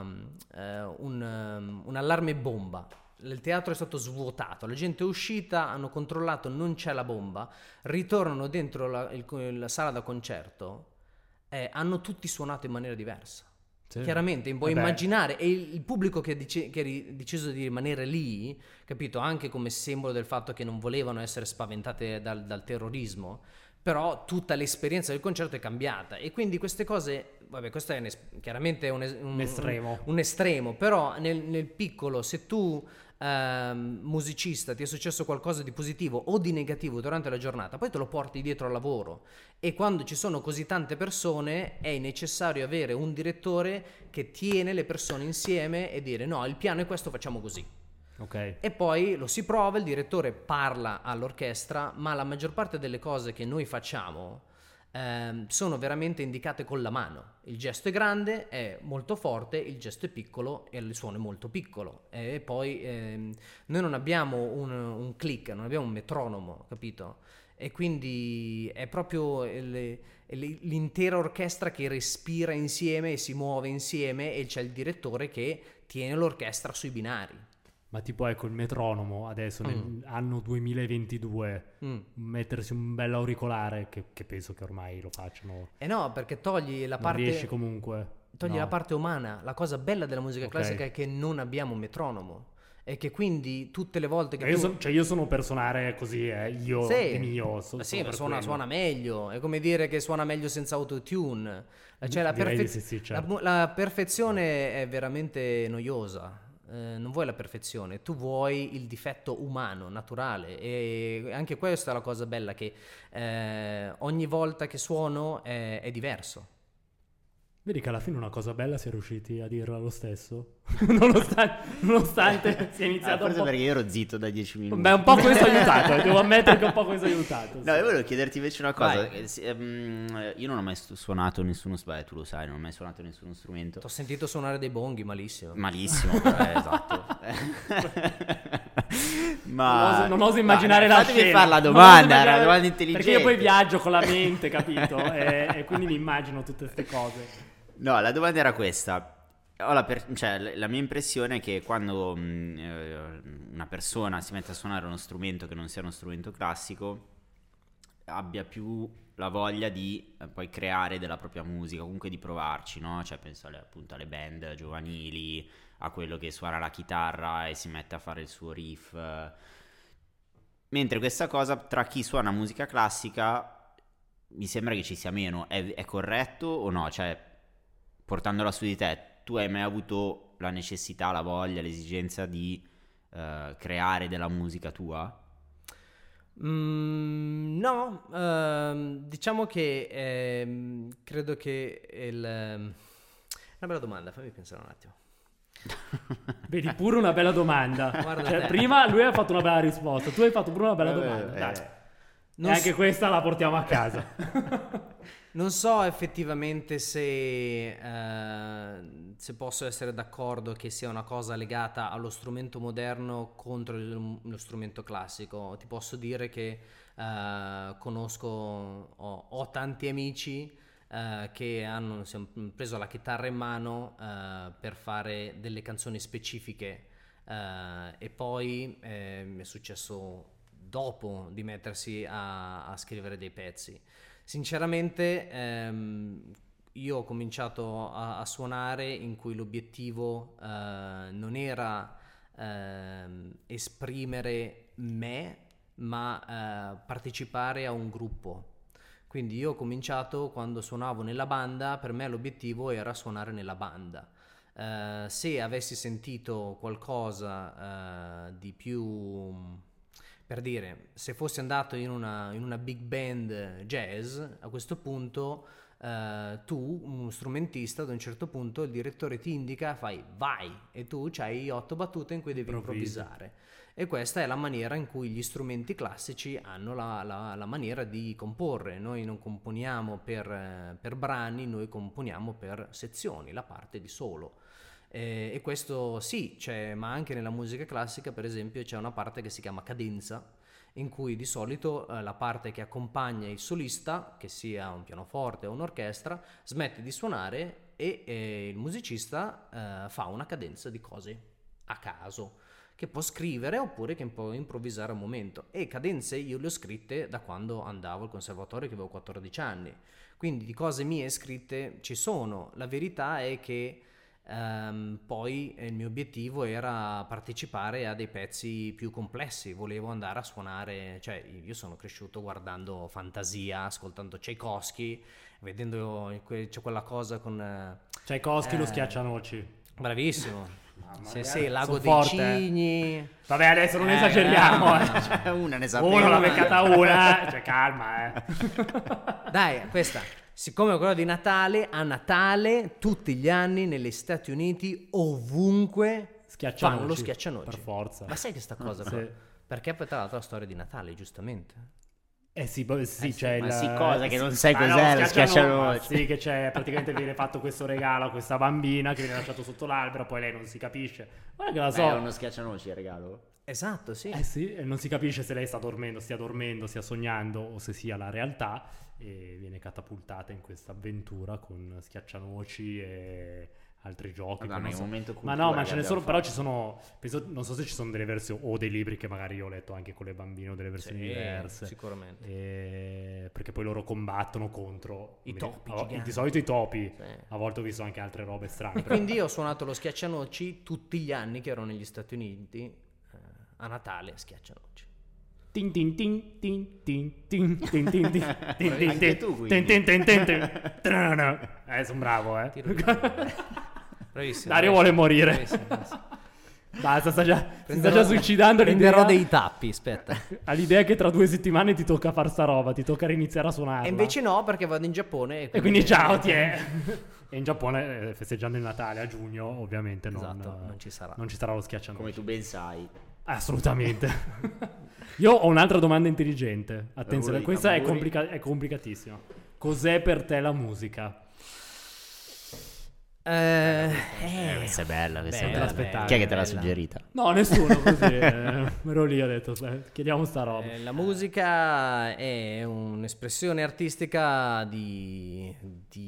allarme bomba, il teatro è stato svuotato, la gente è uscita, hanno controllato, non c'è la bomba, ritornano dentro la sala da concerto e hanno tutti suonato in maniera diversa. Sì. Chiaramente puoi immaginare, e il pubblico che ha deciso di rimanere lì, capito, anche come simbolo del fatto che non volevano essere spaventate dal terrorismo, però tutta l'esperienza del concerto è cambiata, e quindi queste cose, vabbè, questo è chiaramente un estremo. Un estremo, però nel piccolo, se tu musicista ti è successo qualcosa di positivo o di negativo durante la giornata, poi te lo porti dietro al lavoro, e quando ci sono così tante persone è necessario avere un direttore che tiene le persone insieme e dire no, il piano è questo, facciamo così. Okay. E poi lo si prova, il direttore parla all'orchestra, ma la maggior parte delle cose che noi facciamo sono veramente indicate con la mano. Il gesto è grande, è molto forte, il gesto è piccolo e il suono è molto piccolo. E poi noi non abbiamo un click, non abbiamo un metronomo, capito? E quindi è proprio l'intera orchestra che respira insieme e si muove insieme, e c'è il direttore che tiene l'orchestra sui binari. Ma tipo ecco il metronomo adesso nell'anno 2022 mettersi un bel auricolare che penso che ormai lo facciano. No, perché togli la parte, riesci comunque. Togli la parte umana. La cosa bella della musica classica è che non abbiamo un metronomo, e che quindi tutte le volte che io sono per suonare così, io sì, mio. Sì, ma suona meglio. È come dire che suona meglio senza autotune. Cioè la perfezione è veramente noiosa. Non vuoi la perfezione, tu vuoi il difetto umano, naturale, e anche questa è la cosa bella, che ogni volta che suono è diverso. Vedi che alla fine una cosa bella si è riusciti a dirla lo stesso, nonostante sia iniziato forse un po'... perché io ero zitto da 10 minuti. Beh, un po' questo ha aiutato, devo ammettere che un po' questo ha aiutato. No, io volevo chiederti invece una cosa. Io non ho mai suonato nessuno, tu lo sai, non ho mai suonato nessuno strumento. T'ho sentito suonare dei bonghi, malissimo. Esatto. Ma non oso immaginare la scena. Fatemi fare la domanda, era una domanda intelligente. Perché io poi viaggio con la mente, capito? e quindi mi immagino tutte queste cose. No, la domanda era questa. La mia impressione è che quando una persona si mette a suonare uno strumento che non sia uno strumento classico, abbia più la voglia di poi creare della propria musica, comunque di provarci, no? Cioè penso appunto alle band giovanili, a quello che suona la chitarra e si mette a fare il suo riff. Mentre questa cosa tra chi suona musica classica mi sembra che ci sia meno. È corretto o no? Cioè, portandola su di te, tu hai mai avuto la necessità, la voglia, l'esigenza di creare della musica tua? No, diciamo che credo che una bella domanda, fammi pensare un attimo. Vedi, pure una bella domanda. Cioè, prima lui ha fatto una bella risposta, tu hai fatto pure una bella domanda. Dai. E anche questa la portiamo a casa. Non so effettivamente se posso essere d'accordo che sia una cosa legata allo strumento moderno contro lo strumento classico. Ti posso dire che ho tanti amici che hanno preso la chitarra in mano per fare delle canzoni specifiche, e poi mi è successo dopo di mettersi a scrivere dei pezzi. Sinceramente io ho cominciato a suonare in cui l'obiettivo non era esprimere me, ma partecipare a un gruppo. Quindi io ho cominciato quando suonavo nella banda, per me l'obiettivo era suonare nella banda. Se avessi sentito qualcosa di più, per dire, se fossi andato in una big band jazz, a questo punto tu, uno strumentista, ad un certo punto il direttore ti indica, fai vai, e tu c'hai 8 battute in cui devi improvvisare. E questa è la maniera in cui gli strumenti classici hanno la maniera di comporre. Noi non componiamo per brani, noi componiamo per sezioni, la parte di solo. E questo sì, ma anche nella musica classica, per esempio, c'è una parte che si chiama cadenza, in cui di solito la parte che accompagna il solista, che sia un pianoforte o un'orchestra, smette di suonare e il musicista fa una cadenza di cose a caso, che può scrivere oppure che può improvvisare al momento. E cadenze io le ho scritte da quando andavo al conservatorio, che avevo 14 anni, quindi di cose mie scritte ci sono. La verità è che poi il mio obiettivo era partecipare a dei pezzi più complessi, volevo andare a suonare, cioè io sono cresciuto guardando Fantasia, ascoltando Tchaikovsky, vedendo c'è quella cosa con Tchaikovsky, lo schiaccianoci. Bravissimo. Sì, Lago dei forte. Cigni. Vabbè, adesso non esageriamo. Cioè, una ne sapevo. Uno l'ha beccata una, cioè calma, Dai, questa, siccome è quello di Natale, a Natale tutti gli anni negli Stati Uniti ovunque Schiaccianoci. fanno lo schiaccianoci. Per forza. Ma sai questa cosa Sì. qua? Perché poi tra l'altro la storia di Natale, giustamente. Sì, c'è ma il... sì, cosa che non sai no, cos'è lo schiaccianoci. Sì, che c'è, praticamente viene fatto questo regalo a questa bambina che viene lasciato sotto l'albero, poi lei non si capisce. Guarda che la so. È uno schiaccianoci il regalo? Esatto, sì. Sì, e non si capisce se lei stia dormendo, stia sognando o se sia la realtà, e viene catapultata in questa avventura con schiaccianoci e altri giochi. Madonna, non è so. un momento Ma cultura no, ma che ce ne abbiamo sono, però fatto. ci sono, non so se ci sono delle versioni o dei libri che magari io ho letto anche con le bambine o delle versioni diverse. Sicuramente. Perché poi loro combattono contro I topi di giganti. solito i topi. Sì. A volte ho visto anche altre robe strane. E quindi io ho suonato lo schiaccianoci tutti gli anni che ero negli Stati Uniti, a Natale schiaccianoci. Tin tin tin tin tin tin tin tin tin tin tin Anche tu, quindi. tin tin tin tin tin. Sono bravo, Bravissimo. Dario vuole morire. Bravissimo. Basta, si sta già suicidando. Prenderò l'idea- dei tappi, aspetta. All'idea che tra 2 settimane ti tocca far sta roba, ti tocca riniziare a suonarla. E invece no, perché vado in Giappone. E quindi ciao, ti è. E in Giappone, festeggiando il Natale a giugno, ovviamente Esatto, non ci sarà. Non ci sarà lo schiaccianoci. Come tu ben sai. Assolutamente. Io ho un'altra domanda intelligente. Attenzione, Auguri, questa auguri. è complicatissima. Cos'è per te la musica? Questa è bella, questa è te bella. l'aspettavi, Chi è che te l'ha bella. suggerita? No, nessuno, così. Ero lì, ho detto, chiediamo sta roba. La musica è un'espressione artistica di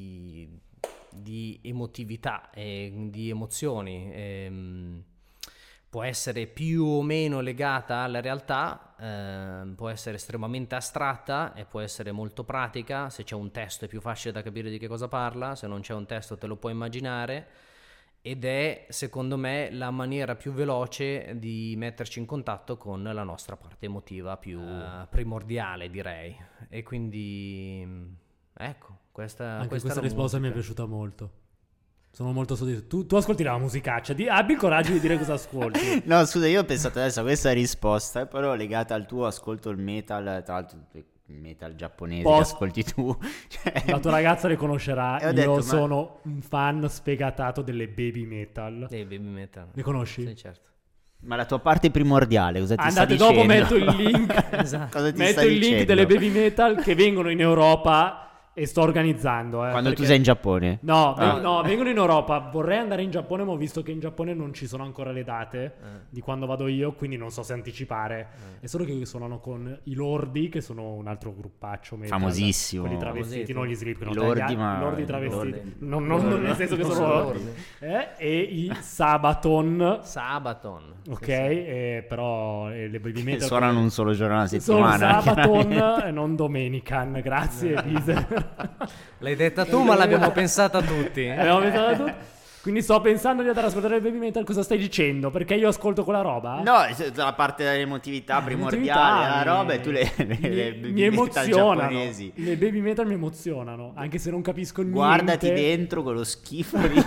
emotività e di emozioni. Può essere più o meno legata alla realtà, può essere estremamente astratta e può essere molto pratica. Se c'è un testo è più facile da capire di che cosa parla, se non c'è un testo te lo puoi immaginare, ed è secondo me la maniera più veloce di metterci in contatto con la nostra parte emotiva più primordiale, direi. E quindi ecco, questa Anche è questa la risposta mi è musica. piaciuta molto. Sono molto soddisfatto. Tu ascolti la musicaccia, abbi il coraggio di dire cosa ascolti. No, scusa, io ho pensato adesso a questa risposta, però legata al tuo ascolto il metal, tra l'altro il metal giapponese che ascolti tu. Cioè, La tua ragazza le conoscerà. E ho Io detto, ma- sono un fan sfegatato delle baby metal. Baby metal. Le conosci? Sì, certo. ma la tua parte primordiale, cosa ti Andate sta dopo, dicendo? metto il link. Esatto. Cosa ti Metto sta il link dicendo? delle baby metal che vengono in Europa e sto organizzando. Quando tu perché- sei in Giappone? No, Ah. no, vengono in Europa. Vorrei andare in Giappone, ma ho visto che in Giappone non ci sono ancora le date di quando vado io, quindi non so se anticipare. È solo che suonano con i Lordi, che sono un altro gruppaccio metal. Famosissimo. Quelli travestiti, Famosissimo. non gli Slipknot. I Lordi, gli ma- Lordi travestiti. Lordi. Non nel senso che Non sono sono Lordi. Lordi. E i Sabaton. Sabaton. Ok, Sì, sì. Però le baby Che metal suonano un solo giorno alla sono settimana. Sabaton chiaramente. e non Domenican. Grazie, Lise. L'hai detta tu, ma l'abbiamo pensata tutti. Abbiamo pensato a tutto. Quindi sto pensando di andare ad ascoltare il baby metal. Cosa stai dicendo? Perché io ascolto quella roba? No, la parte dell'emotività primordiale, la roba, e tu le mi metal emozionano. giapponesi. Le baby metal mi emozionano, anche se non capisco niente. Guardati dentro quello schifo di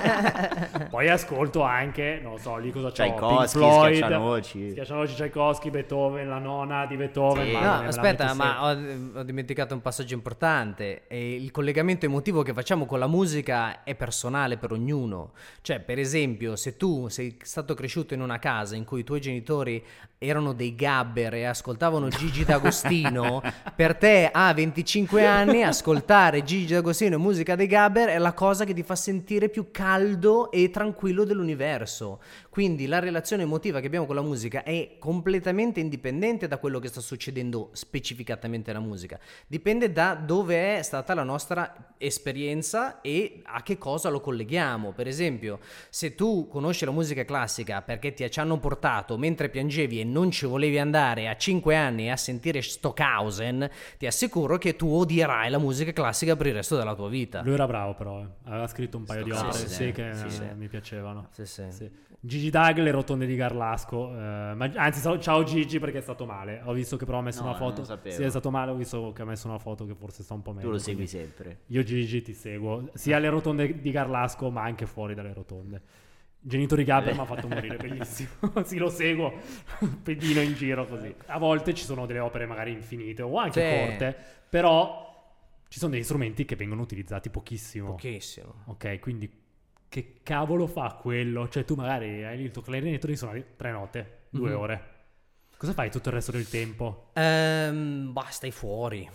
Poi ascolto anche, non lo so, lì cosa c'ho, Pink Tchaikovsky, Floyd, Schiaccianoci. Schiaccianoci, Tchaikovsky, Beethoven, la nona di Beethoven. Sì. ma No, me la aspetta, metto ma sempre. ho dimenticato un passaggio importante. E il collegamento emotivo che facciamo con la musica è personale per ognuno. Cioè, per esempio, se tu sei stato cresciuto in una casa in cui i tuoi genitori erano dei gabber e ascoltavano Gigi D'Agostino, per te a 25 anni ascoltare Gigi D'Agostino e musica dei gabber è la cosa che ti fa sentire più caldo e tranquillo dell'universo. Quindi la relazione emotiva che abbiamo con la musica è completamente indipendente da quello che sta succedendo specificatamente nella musica. Dipende da dove è stata la nostra esperienza e a che cosa lo colleghiamo. Per esempio, se tu conosci la musica classica perché ci hanno portato mentre piangevi e non ci volevi andare a 5 anni a sentire Stockhausen, ti assicuro che tu odierai la musica classica per il resto della tua vita. Lui era bravo però, aveva scritto un paio di opere che mi piacevano. Sì. Gigi Dag, le rotonde di Garlasco, anzi ciao Gigi perché è stato male, ho visto che però ha messo una foto, sì, è stato male, ho visto che ha messo una foto che forse sta un po' meglio. Tu lo segui sempre. Io Gigi ti seguo, sia alle rotonde di Garlasco ma anche fuori dalle rotonde. Genitori Gabber mi ha fatto morire, bellissimo. Sì, lo seguo, pedino in giro così. A volte ci sono delle opere magari infinite o anche corte, però ci sono degli strumenti che vengono utilizzati pochissimo. Ok, quindi che cavolo fa quello? Cioè tu magari hai il tuo clarinetto, devi suonare 3 note, 2 ore. Cosa fai tutto il resto del tempo? Stai fuori.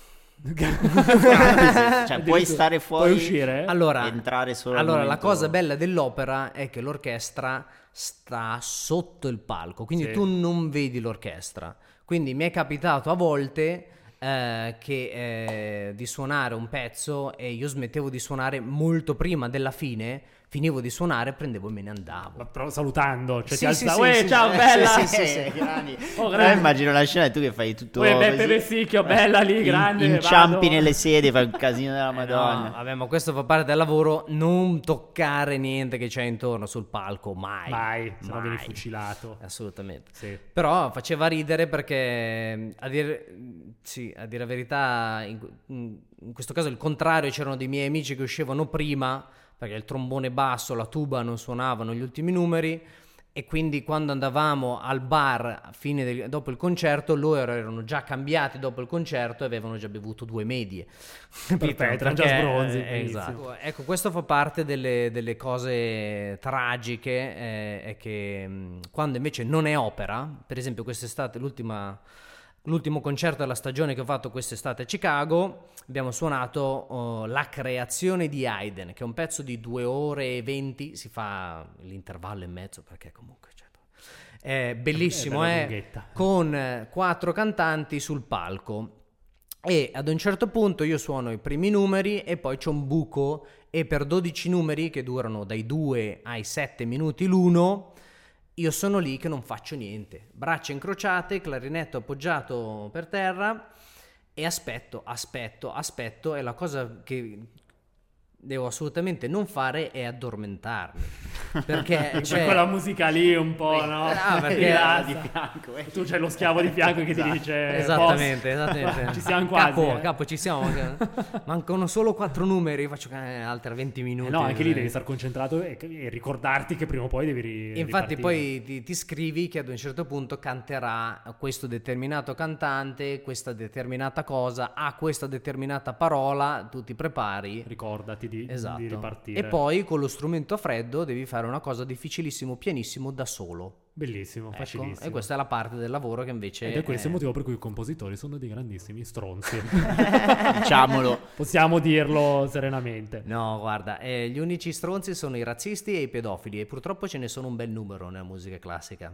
Cioè puoi stare fuori, puoi uscire, entrare solo. Allora la cosa bella dell'opera è che l'orchestra sta sotto il palco, quindi tu non vedi l'orchestra. Quindi mi è capitato a volte di suonare un pezzo e io smettevo di suonare molto prima della fine, finivo di suonare, prendevo e me ne andavo. Però salutando, cioè ti alza, ciao bella. Grandi. Immagino la scena e tu che fai tutto Beppe Vessicchio, bella lì, grande, inciampi nelle sedie, fai un casino della Madonna. No, vabbè, ma questo fa parte del lavoro, non toccare niente che c'è intorno sul palco, mai, se no vieni fucilato. Assolutamente. Sì. Però faceva ridere perché a dire la verità in questo caso il contrario, c'erano dei miei amici che uscivano prima perché il trombone basso, la tuba non suonavano gli ultimi numeri, e quindi quando andavamo al bar dopo il concerto, loro erano già cambiati dopo il concerto e avevano già bevuto 2 medie. Perfetto, erano già sbronzi. Esatto. Ecco, questo fa parte delle cose tragiche, è che quando invece non è opera, per esempio quest'estate, l'ultimo concerto della stagione che ho fatto quest'estate a Chicago, abbiamo suonato La creazione di Haydn, che è un pezzo di 2 ore e 20, si fa l'intervallo e mezzo perché comunque è bellissimo, con 4 cantanti sul palco, e ad un certo punto io suono i primi numeri e poi c'è un buco, e per 12 numeri che durano dai 2 ai 7 minuti l'uno, io sono lì che non faccio niente, braccia incrociate, clarinetto appoggiato per terra e aspetto, e la cosa che devo assolutamente non fare è addormentarmi, perché c'è quella musica lì un po', no? Perché di fianco, tu c'hai lo schiavo di fianco che ti dice esattamente. Ci siamo quasi, capo, ci siamo. Mancano solo 4 numeri, faccio altri 20 minuti. No, anche lì devi stare concentrato e ricordarti che prima o poi devi infatti ripartire. poi ti scrivi che ad un certo punto canterà questo determinato cantante, questa determinata cosa, a questa determinata parola, tu ti prepari, ricordati di ripartire. E poi con lo strumento a freddo devi fare una cosa difficilissimo, pianissimo, da solo. Bellissimo, facilissimo. E questa è la parte del lavoro che invece... Ed è questo il motivo per cui i compositori sono dei grandissimi stronzi. Diciamolo. Possiamo dirlo serenamente. No, guarda, gli unici stronzi sono i razzisti e i pedofili, e purtroppo ce ne sono un bel numero nella musica classica.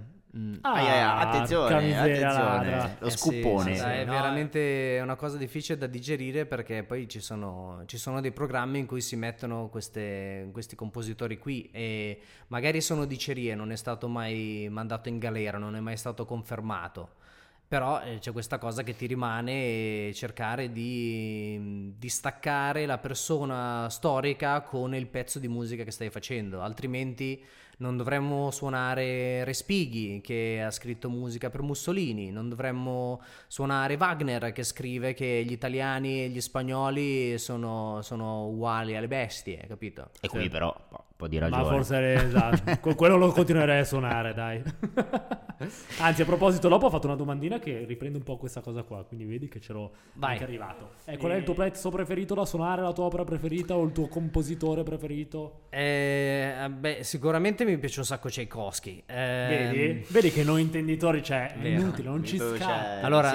Attenzione. Lo scuppone. È veramente una cosa difficile da digerire, perché poi ci sono dei programmi in cui si mettono questi compositori qui, e magari sono dicerie, non è stato mai mandato in galera, non è mai stato confermato, però c'è questa cosa che ti rimane, e cercare di distaccare la persona storica con il pezzo di musica che stai facendo, altrimenti non dovremmo suonare Respighi che ha scritto musica per Mussolini, non dovremmo suonare Wagner che scrive che gli italiani e gli spagnoli sono uguali alle bestie, capito? E qui però un po' di ragione. Ma forse esatto. Quello lo continuerei a suonare, dai. Anzi, a proposito, dopo ho fatto una domandina che riprende un po' questa cosa qua, quindi vedi che c'ero anche arrivato. Qual è il tuo pezzo preferito da suonare, la tua opera preferita o il tuo compositore preferito? Sicuramente mi piace un sacco Tchaikovsky. Vedi che noi intenditori è inutile, non ci scatti. Allora,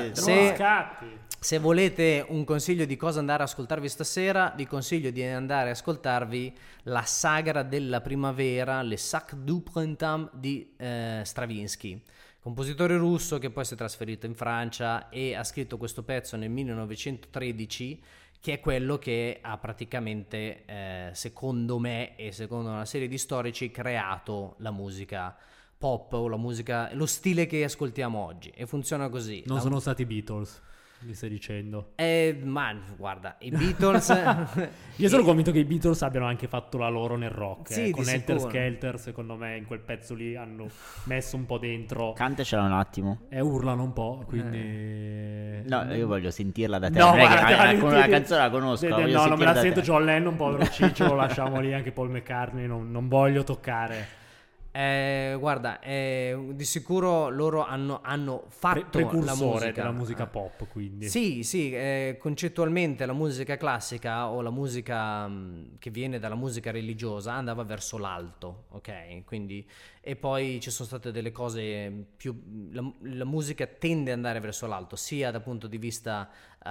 se volete un consiglio di cosa andare ad ascoltarvi stasera, vi consiglio di andare ad ascoltarvi la sagra della primavera, Le Sac du Printemps di Stravinsky, compositore russo che poi si è trasferito in Francia e ha scritto questo pezzo nel 1913, che è quello che ha praticamente, secondo me e secondo una serie di storici, creato la musica pop o la musica, lo stile che ascoltiamo oggi, e funziona così. Non sono stati i Beatles, mi stai dicendo? Ma guarda, i Beatles io sono convinto che i Beatles abbiano anche fatto la loro nel rock, sì, con Helter Skelter. Secondo me in quel pezzo lì hanno messo un po' dentro. Cantacela un attimo. Urlano un po', quindi no, io voglio sentirla da te. No, la canzone la conosco. No, non me la sento. John Lennon, povero ciccio, lo lasciamo lì. Anche Paul McCartney non voglio toccare. Guarda, di sicuro loro hanno fatto la musica della musica pop, quindi sì, concettualmente la musica classica o la musica che viene dalla musica religiosa andava verso l'alto, ok? Quindi, e poi ci sono state delle cose più, la musica tende ad andare verso l'alto sia dal punto di vista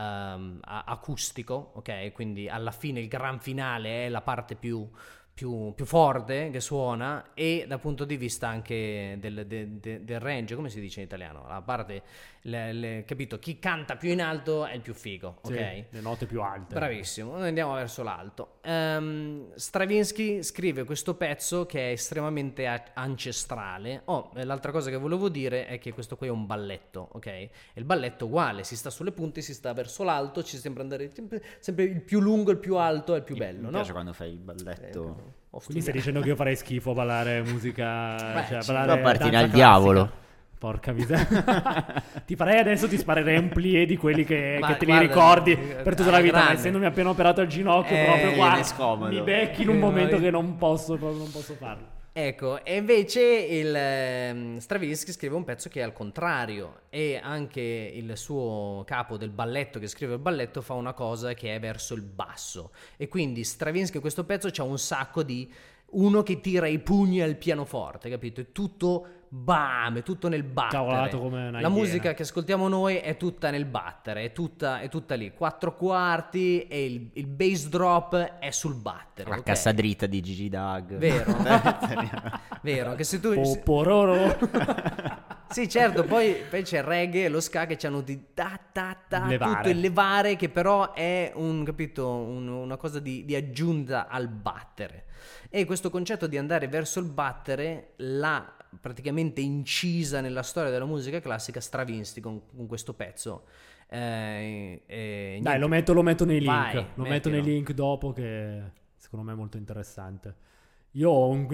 acustico, ok? Quindi alla fine il gran finale è la parte più forte che suona, e dal punto di vista anche del range, come si dice in italiano, la parte, capito, chi canta più in alto è il più figo, ok? Sì, le note più alte. Bravissimo, noi andiamo verso l'alto. Stravinsky scrive questo pezzo che è estremamente ancestrale. L'altra cosa che volevo dire è che questo qui è un balletto, ok? E il balletto uguale, si sta sulle punte, si sta verso l'alto, ci sembra andare sempre il più lungo, il più alto è il più bello, mi piace quando fai il balletto. Quindi stai dicendo che io farei schifo a ballare musica, ballare appartiene al diavolo. Porca miseria. Ti farei adesso, ti sparerei un plié di quelli che te li guarda, ricordi per tutta la vita, grande. ma essendomi appena operato al ginocchio proprio qua mi becchi in un momento che non posso farlo. Ecco, e invece il Stravinsky scrive un pezzo che è al contrario, e anche il suo capo del balletto che scrive il balletto fa una cosa che è verso il basso, e quindi Stravinsky in questo pezzo c'ha un sacco di uno che tira i pugni al pianoforte, capito? È tutto bam, è tutto nel battere. Cavolato come una La musica che ascoltiamo noi è tutta nel battere, è tutta lì, 4/4, e il bass drop è sul battere. La cassa dritta di Gigi Dag. Vero? Vero, che se tu... Pororo. Sì, certo, poi c'è il reggae e lo ska che c'hanno di tutto il levare, che però è una cosa di aggiunta al battere. E questo concetto di andare verso il battere l'ha praticamente incisa nella storia della musica classica Stravinsky con questo pezzo. Dai, lo metto nei link. Vai, lo metto nei link dopo, che secondo me è molto interessante. Io ho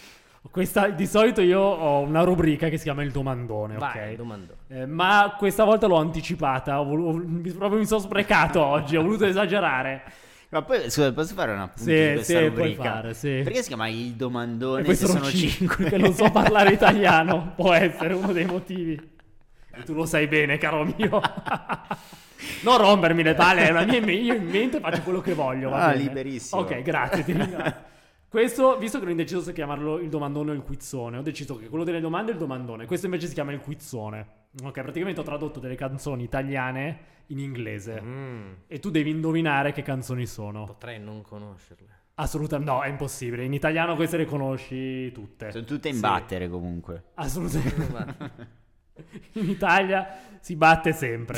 di solito io ho una rubrica che si chiama il domandone. Vai, ok? domandone. Ma questa volta l'ho anticipata. Proprio mi sono sprecato oggi. Ho voluto esagerare. Ma poi, scusa, posso fare un appunto di questa rubrica? Puoi fare, sì. Perché si chiama il domandone e se sono 5? Perché non so parlare italiano. Può essere uno dei motivi. E tu lo sai bene, caro mio. Non rompermi le palle, io in mente faccio quello che voglio. Va bene? Liberissimo. Ok, grazie, ti ringrazio. Questo, visto che ho deciso se chiamarlo il domandone o il quizzone, ho deciso che quello delle domande è il domandone. Questo invece si chiama il quizzone. Ok, praticamente ho tradotto delle canzoni italiane in inglese. E tu devi indovinare che canzoni sono. Potrei non conoscerle. Assolutamente no, è impossibile. In italiano queste le conosci tutte. Sono tutte in battere comunque. Assolutamente. In Italia si batte sempre.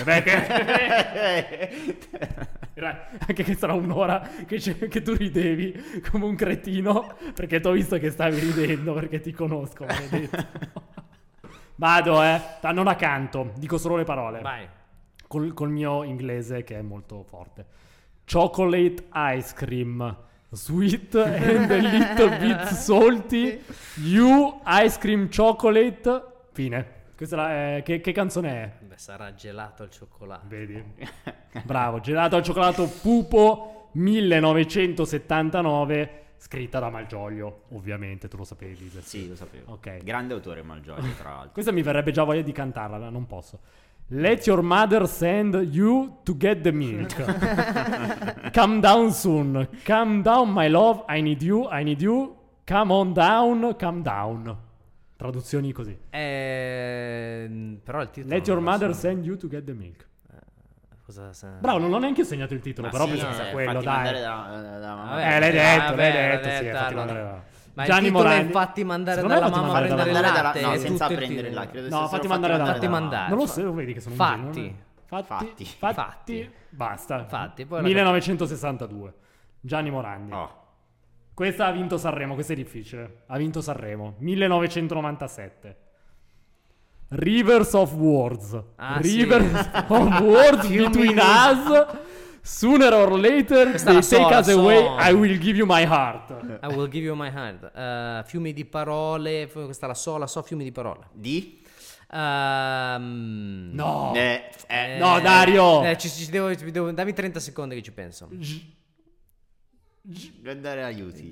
Anche che sarà un'ora che tu ridevi come un cretino, perché ti ho visto che stavi ridendo, perché ti conosco, maledetto. Vado, non a canto, dico solo le parole. Vai. Col mio inglese che è molto forte. Chocolate ice cream, sweet and a little bit salty, you ice cream chocolate. Fine. Questa che canzone è? Beh, sarà Gelato al cioccolato. Vedi? Bravo, Gelato al cioccolato Pupo 1979 scritta da Malgioglio, ovviamente, tu lo sapevi. Sì, lo sapevo. Ok. Grande autore Malgioglio, tra l'altro. Questa mi verrebbe già voglia di cantarla, ma non posso. Let your mother send you to get the milk. Come down soon. Come down, my love. I need you. I need you. Come on down. Come down. Traduzioni così. Però il titolo. Let your mother send you to get the milk. Bravo, non ho neanche segnato il titolo, però penso sia quello, dai. L'hai detto, sì, fatti mandare da... Ma Gianni il titolo Morandi. è fatti mandare Secondo dalla me mamma a prendere il latte. No, è senza tutto il prendere il titolo. latte. No, fatti mandare da... Fatti mandare. Non lo so, vedi che sono un Fatti. genio. Fatti. Basta. Fatti. Poi 1962. Gianni Morandi. Oh. Questa ha vinto Sanremo, questa è difficile. Ha vinto Sanremo. 1997. Rivers of Words. Rivers of Words between us. Sooner or later they take us away. I will give you my heart. I will give you my heart. Fiumi di parole. Questa la so, fiumi di parole. Di? No. No, Dario. Dammi 30 secondi che ci penso. Non dare aiuti.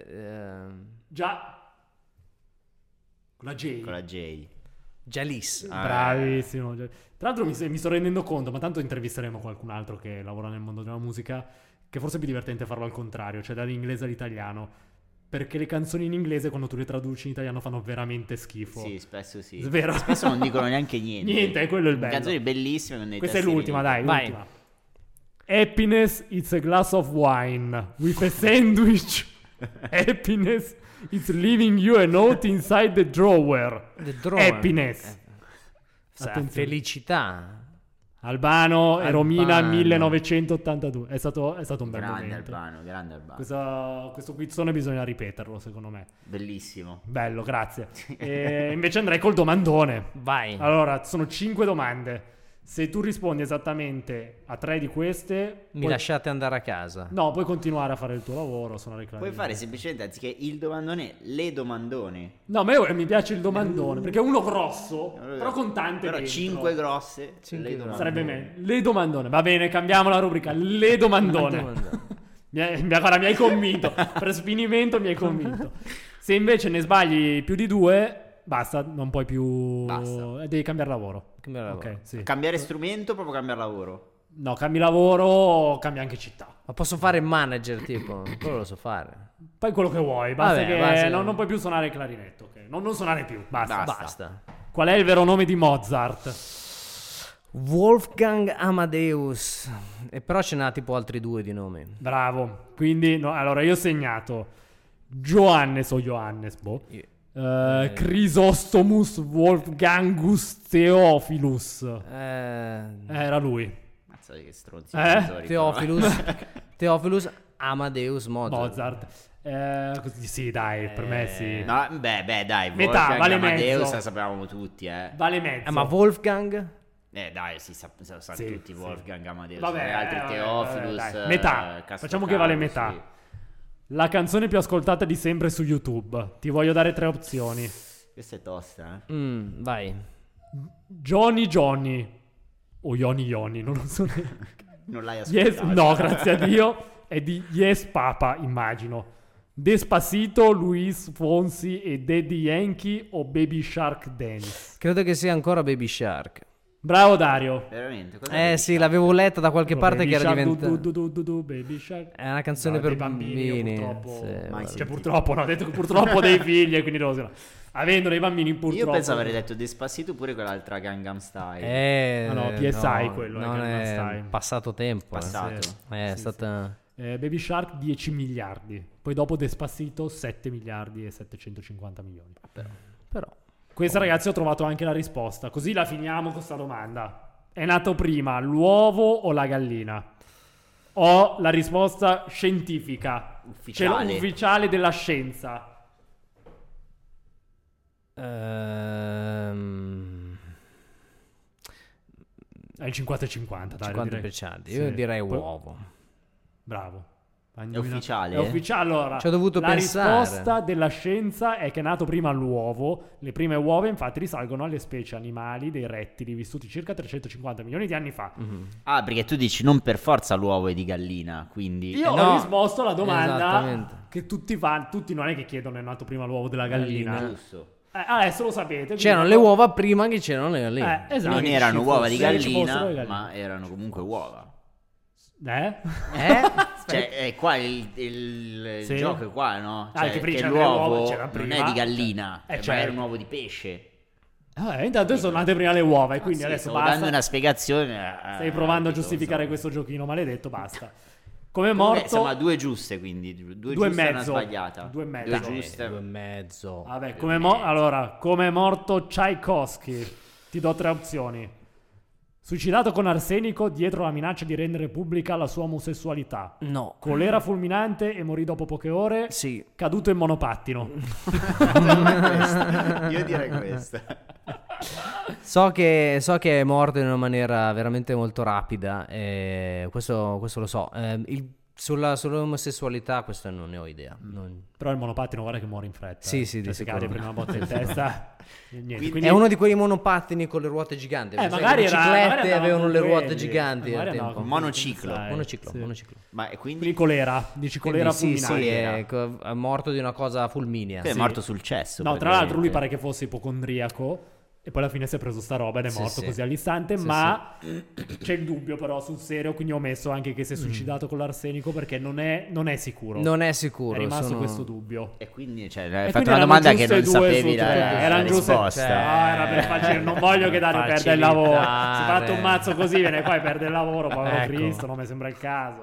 Già. Con la J. Con la J. Jalis. Bravissimo. Tra l'altro mi sto rendendo conto, ma tanto intervisteremo qualcun altro che lavora nel mondo della musica, che forse è più divertente farlo al contrario, cioè dall'inglese all'italiano. Perché le canzoni in inglese, quando tu le traduci in italiano, fanno veramente schifo. Sì, spesso sì. Vero? Spesso non dicono neanche niente. Niente, è quello il bello. Canzoni bellissime con dei Questa è testi l'ultima, dai, Vai. l'ultima. Happiness, it's a glass of wine with a sandwich. Happiness, it's leaving you a note inside the drawer. Happiness. Attenzione. Felicità. Albano e Romina 1982. È stato un bel Grande momento. Grande Albano. Questo quizzone bisogna ripeterlo, secondo me. Bellissimo. Bello, grazie. E invece andrei col domandone. Vai. Allora, sono 5 domande. Se tu rispondi esattamente a 3 di queste, Mi lasciate andare a casa. no, puoi continuare a fare il tuo lavoro, suonare il Puoi clarinetto. fare semplicemente, anziché il domandone, le domandone. No, ma mi piace il domandone, perché è uno grosso, però con tante Però dentro. 5 grosse. Cinque le grosse. domandone. Sarebbe meglio. Le domandone. Va bene, cambiamo la rubrica. Le domandone. Guarda, mi hai convinto. Per sfinimento mi hai convinto. Se invece ne sbagli più di 2, basta, non puoi più... Basta. Devi cambiare lavoro. Ok, sì. Cambiare strumento o proprio cambiare lavoro? No, cambi lavoro, cambi anche città. Ma posso fare il manager, tipo? Quello lo so fare. Fai quello che vuoi, basta Vabbè, che basta. non puoi più suonare il clarinetto. Ok? Non suonare più, basta. Basta. Qual è il vero nome di Mozart? Wolfgang Amadeus. E però ce n'ha tipo altri 2 di nomi. Bravo. Quindi, no, allora io ho segnato Johannes o Johannes, Chrysostomus Wolfgangus Theophilus. Era lui. Mazza che stronzi. Theophilus Amadeus Mozart. Sì, dai, per me sì. No, beh, dai. Metà, Wolfgang vale Amadeus mezzo. la sapevamo tutti, Vale mezzo. Ma Wolfgang? Dai, si sa Sì, tutti sì. Wolfgang Amadeus. Vabbè, gli altri Theophilus. dai. Metà. Castrocaro, Facciamo che vale metà. sì. La canzone più ascoltata di sempre su YouTube. Ti voglio dare 3 opzioni. Questa è tosta, Vai. Johnny o Yoni, non lo so neanche. Non l'hai Yes, ascoltata. no, grazie a Dio. È di Yes Papa, immagino. Despacito, Luis Fonsi e Daddy Yankee o Baby Shark Dance? Credo che sia ancora Baby Shark. Bravo Dario. Veramente? Cos'è Sì, l'avevo letta da qualche parte Baby che era Shark, diventata... Baby Shark. È una canzone No, per dei bambini. Io purtroppo, Sì, mai vabbè. sentito. purtroppo, no, ho detto che purtroppo ho dei figli e quindi no. Avendo dei bambini purtroppo. Io pensavo avrei detto Despacito pure quell'altra Gangnam Style. No, PSI quello, non Gangnam è Style. passato tempo. Passato. Sì. È Sì, stata... Baby Shark 10 miliardi. Poi dopo Despacito 7 miliardi e 750 milioni. Però... Questa ragazzi ho trovato anche la risposta. Così la finiamo con sta domanda. È nato prima l'uovo o la gallina? Ho la risposta scientifica. Ufficiale. Ufficiale della scienza. È il 50-50. Dai, 50%. direi. Io Sì. direi Poi- uovo. Bravo. È ufficiale? È ufficiale. Allora, ci ho dovuto la pensare. risposta della scienza è che è nato prima l'uovo. Le prime uova infatti risalgono alle specie animali dei rettili vissuti circa 350 milioni di anni fa. Ah, perché tu dici non per forza l'uovo è di gallina, quindi... Io no, ho risposto alla domanda esattamente. che tutti non è che chiedono è nato prima l'uovo della gallina. Giusto. Adesso lo sapete. C'erano quindi- le uova prima che c'erano le galline. Esatto. Non Che erano ci uova di fosse- ci fossero gallina, le galline. ma erano comunque uova. Cioè, è qua il Sì. gioco è qua, no? Ah, Cioè, che prima che c'erano le uova, l'uovo c'era non prima. è di gallina, Eh, magari certo. è un uovo di pesce. Intanto sono nate prima le uova e quindi Sì, adesso stavo basta. dando una spiegazione. Stai provando a capito, giustificare insomma. questo giochino maledetto, basta. Come è Comunque, morto... Insomma, due giuste, quindi due Due e giuste e una mezzo. sbagliata. Due e mezzo. Due Dai, giuste. 2,5. Vabbè, come è morto Tchaikovsky? Ti do 3 opzioni. Suicidato con arsenico dietro la minaccia di rendere pubblica la sua omosessualità. No. Colera fulminante e morì dopo poche ore. Sì. Caduto in monopattino. Io direi questa. So che è morto in una maniera veramente molto rapida. Questo lo so. Sull'omosessualità questo non ne ho idea. Però il monopattino guarda che muore in fretta. Sì, Cioè, di se sicuro. cade prende una botta in testa. Niente. Quindi È uno di quei monopattini con le ruote giganti. Sai, magari le era- biciclette magari andavano avevano le con ruote quelli. giganti al Magari tempo. andavano con Monociclo. quelli, sai. Monociclo, Sì. monociclo. Ma e quindi Quindi colera, dici colera Quindi fulminante. è morto di una cosa fulminea. è morto sul cesso. No, tra l'altro lui praticamente. pare che fosse ipocondriaco e poi alla fine si è preso sta roba ed è Sì, morto sì. così all'istante, Sì, ma c'è il dubbio però sul serio, quindi ho messo anche che si è suicidato con l'arsenico perché non è sicuro. Non è sicuro. È rimasto sono- questo dubbio. E quindi E hai quindi fatto una erano domanda che giuste non 2 sapevi su 3. la Erano giuste. risposta. No, era per facile, non voglio che Dario perde il lavoro. Si è fatto un mazzo così, viene qua e perde il lavoro, povero Ecco. Cristo, non mi sembra il caso.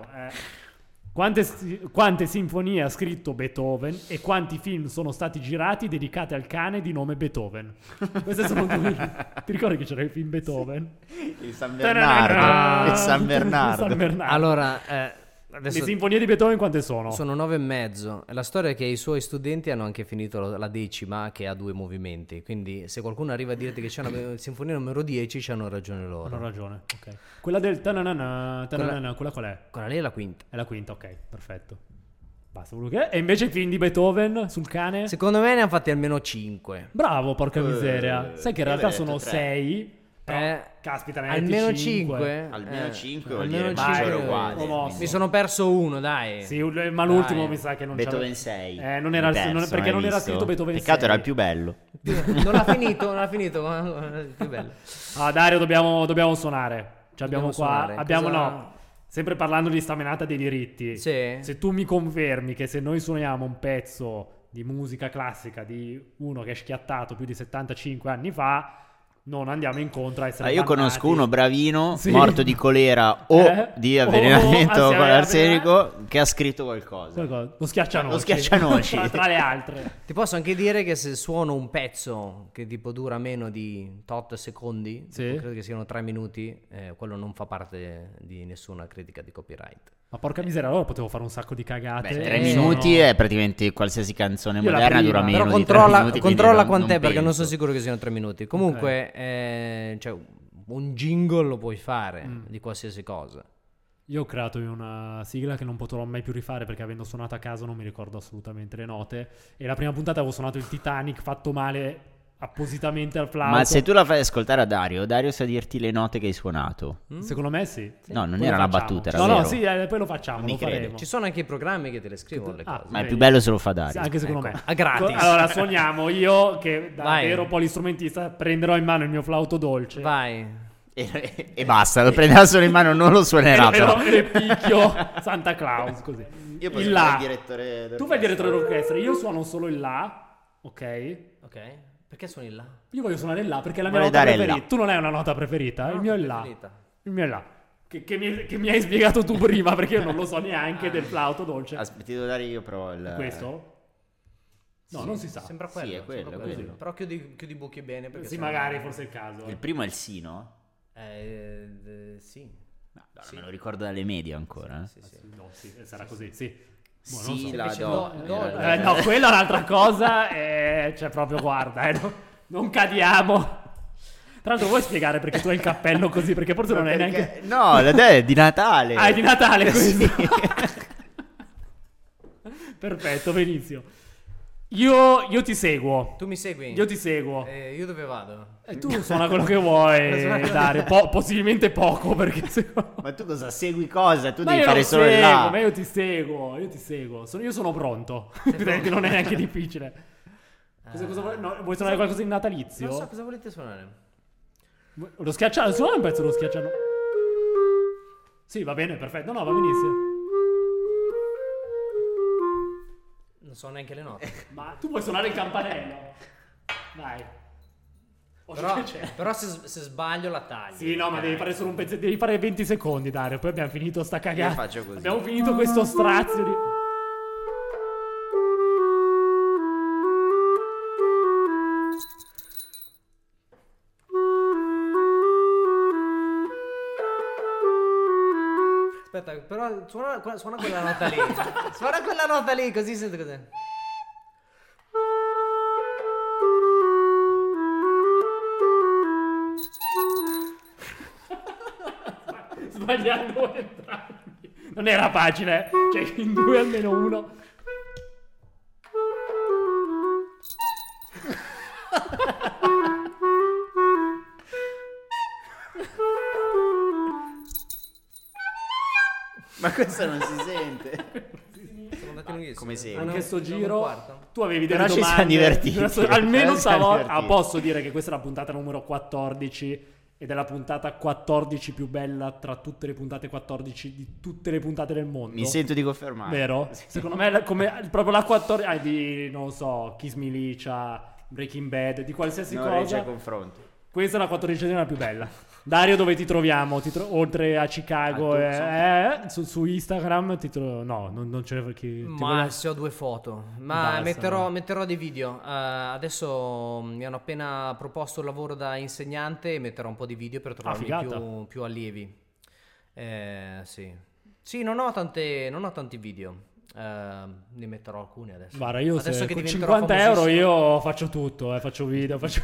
Quante sinfonie ha scritto Beethoven e quanti film sono stati girati dedicati al cane di nome Beethoven? Queste sono due. Ti ricordi che c'era il film Beethoven? Il San Bernardo. Il San Bernardo. San Bernardo. Allora, Le adesso sinfonie di Beethoven quante sono? sono 9,5. La storia è che i suoi studenti hanno anche finito la 10ª, che ha 2 movimenti. Quindi se qualcuno arriva a dirti che c'è una sinfonia numero 10, c'hanno ragione loro. Hanno ragione, ok. Quella del tananana, quella qual è? Quella lì è la quinta. È la quinta, ok, perfetto. Basta, e invece i film di Beethoven sul cane? Secondo me ne hanno fatti almeno 5. Bravo, porca miseria. Sai che in io realtà avrei sono detto 6. Caspita, ne hai almeno metti 5. Almeno 5 vuol almeno dire cinque. 5 Dai, uguali. promosso. Mi sono perso uno, dai. Sì, ma l'ultimo Dai. mi sa che non Beethoven c'era. 6. Non era, Perso, perché hai non era visto? scritto Beethoven Peccato 6. era il più bello. Non l'ha finito, ma è più bello. Ah, Dario, dobbiamo suonare. Cioè, abbiamo qua. suonare. Abbiamo Cosa- no. Sempre parlando di sta menata dei diritti. Sì. Se tu mi confermi che se noi suoniamo un pezzo di musica classica di uno che è schiattato più di 75 anni fa, non andiamo incontro a essere Io bannati. conosco uno bravino, Sì. morto di colera o di avvelenamento o con l'arsenico, che ha scritto qualcosa. Lo schiaccianoci. Lo schiaccianoci. tra le altre. Ti posso anche dire che se suono un pezzo che tipo dura meno di tot secondi, Sì. tipo, credo che siano 3 minuti, quello non fa parte di nessuna critica di copyright. Ma porca miseria, allora potevo fare un sacco di cagate. Beh, 3 Sono- minuti è praticamente qualsiasi canzone Io la moderna prima, dura però meno Però di 3 minuti. controlla quindi quant'è, perché non penso. sono sicuro che siano 3 minuti. Comunque, cioè, un jingle lo puoi fare di qualsiasi cosa. Io ho creato una sigla che non potrò mai più rifare perché avendo suonato a caso non mi ricordo assolutamente le note. E la prima puntata avevo suonato il Titanic fatto male appositamente al flauto. Ma se tu la fai ascoltare a Dario sa dirti le note che hai suonato. Secondo me sì. No, non Poi era lo una facciamo. battuta, era No, vero. no, sì, poi lo facciamo, Non mi lo crede. faremo. Ci sono anche i programmi che te le scrivono le Ah, cose. Ma è vedi. più bello se lo fa Dario. Sì, anche secondo Ecco, me. a gratis. Allora suoniamo, io che da Vai. vero polistrumentista prenderò in mano il mio flauto dolce. Vai. E basta, lo prenderà solo in mano, non lo suonerà però. E picchio Santa Claus così. Io posso Il La. fare il direttore d'orchestra. Tu fai il direttore d'orchestra, io suono solo il La, ok? Ok. Perché suoni là? Io voglio suonare il La perché è la mia Vuole nota dare il preferita. La. Tu non hai una nota preferita, il mio è il La. preferita. Il mio è il La. Che mi hai spiegato tu prima perché io non lo so neanche del flauto dolce. Aspetta, ti devo dare io però il... Questo? No, Sì. non si sa. Sembra quello. Sì, è quello, sembra è quello. Però chiudi buchi bene. Perché Sì, sennò- magari, forse è il caso. Il primo è il Si, no? Sì. No, me lo ricordo dalle medie ancora. Sì, sì. No, sì, sarà così, sì. Boh, non Sì, so. la Invece do. do- Era- No, quella è un'altra cosa. Cioè, proprio guarda, non cadiamo. Tra l'altro, vuoi spiegare perché tu hai il cappello così? Perché forse non è neanche. No, la è di Natale. Ah, è di Natale Sì. questo. Perfetto, benissimo. Io ti seguo. Tu mi segui? Io ti seguo. Io dove vado? E tu suona quello che vuoi dare, possibilmente poco perché Ma tu cosa segui cosa? Tu ma devi io fare lo solo seguo, là. ma io ti seguo. Io sono pronto. Vedete, non è neanche difficile. Cosa vuoi? No, vuoi suonare qualcosa di natalizio? Non so cosa volete suonare. Lo schiacciano, suona un pezzo lo schiacciano. Sì, va bene, perfetto. No, va benissimo. Non so neanche le note. Ma tu puoi suonare il campanello. Vai. Però se sbaglio la taglio. Sì, no, ma devi fare solo un pezzo. Devi fare 20 secondi, Dario. Poi abbiamo finito sta cagata. Io faccio così. Abbiamo finito questo strazio di. Aspetta, però suona quella nota lì. Suona quella nota lì, così sento cos'è. Sbagliando entrambi. Non era facile, cioè in due almeno uno. Ma questo non si sente. Siamo andati lunghissimi. Come sempre. Anche sto Siamo giro un quarto. tu avevi delle Però ci domande. siamo divertiti. Almeno Però siamo stavolta divertiti. posso dire che questa è la puntata numero 14 ed è la puntata 14 più bella tra tutte le puntate 14 di tutte le puntate del mondo. Mi sento di confermare. Vero? Secondo me come proprio la 14 di non lo so, Kiss Milicia, Breaking Bad, di qualsiasi Non regge cosa. al confronto. Questa è la 14esima più bella. Dario, dove ti troviamo? Oltre a Chicago su Instagram no, non c'è perché Ma se ho 2 foto. Ma Basta, metterò dei video. Adesso mi hanno appena proposto un lavoro da insegnante e metterò un po' di video per trovarmi più allievi. Sì. Sì, non ho tanti video. Ne metterò alcuni adesso. Guarda, io adesso con 50 euro io faccio tutto, faccio video, faccio.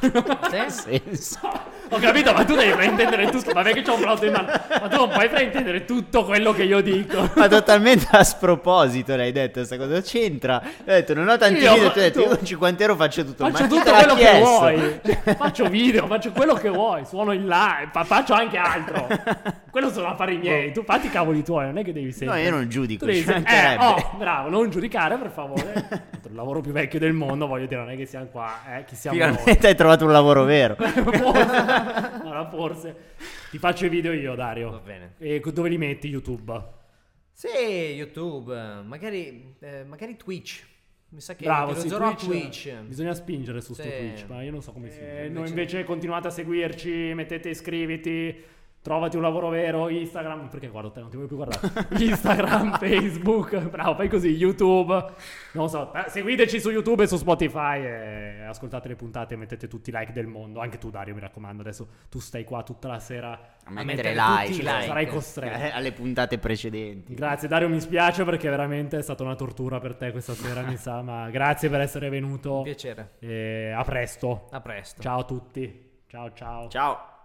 Ho capito, ma tu devi fraintendere tutto. Vabbè che c'ho un plauso in mano, ma tu non puoi fraintendere tutto quello che io dico. Ma totalmente a sproposito l'hai detto, questa cosa c'entra. Ho detto non ho tanti video, tu hai detto io con 50 euro faccio tutto. Faccio ma tutto quello che vuoi. Faccio video, faccio quello che vuoi. Suono in là, faccio anche altro. Quello sono affari miei. Tu fatti i cavoli tuoi, non è che devi sempre. No, io non giudico. Tu devi ci mancherebbe. bravo, non giudicare per favore. Il lavoro più vecchio del mondo, voglio dire, non è che siamo qua, chi siamo Finalmente hai trovato un lavoro vero. Forse. Ti faccio i video io, Dario. Va bene. E dove li metti? YouTube? Sì, YouTube, magari Twitch. Mi sa che Bravo, lo sì, userò a Twitch. Bisogna spingere su sto Sì. Twitch, ma io non so come si fa. Noi invece continuate a seguirci, mettete iscriviti, trovati un lavoro vero, Instagram, perché guardo te, non ti voglio più guardare. Instagram, Facebook, bravo, fai così, YouTube. Non so, seguiteci su YouTube e su Spotify e ascoltate le puntate e mettete tutti i like del mondo. Anche tu, Dario, mi raccomando, adesso tu stai qua tutta la sera A mettere tutti i like. sarai costretto. Alle puntate precedenti. Grazie Dario, mi spiace perché veramente è stata una tortura per te questa sera, mi sa, ma grazie per essere venuto. Un piacere. E a presto. A presto. Ciao a tutti. Ciao ciao. Ciao.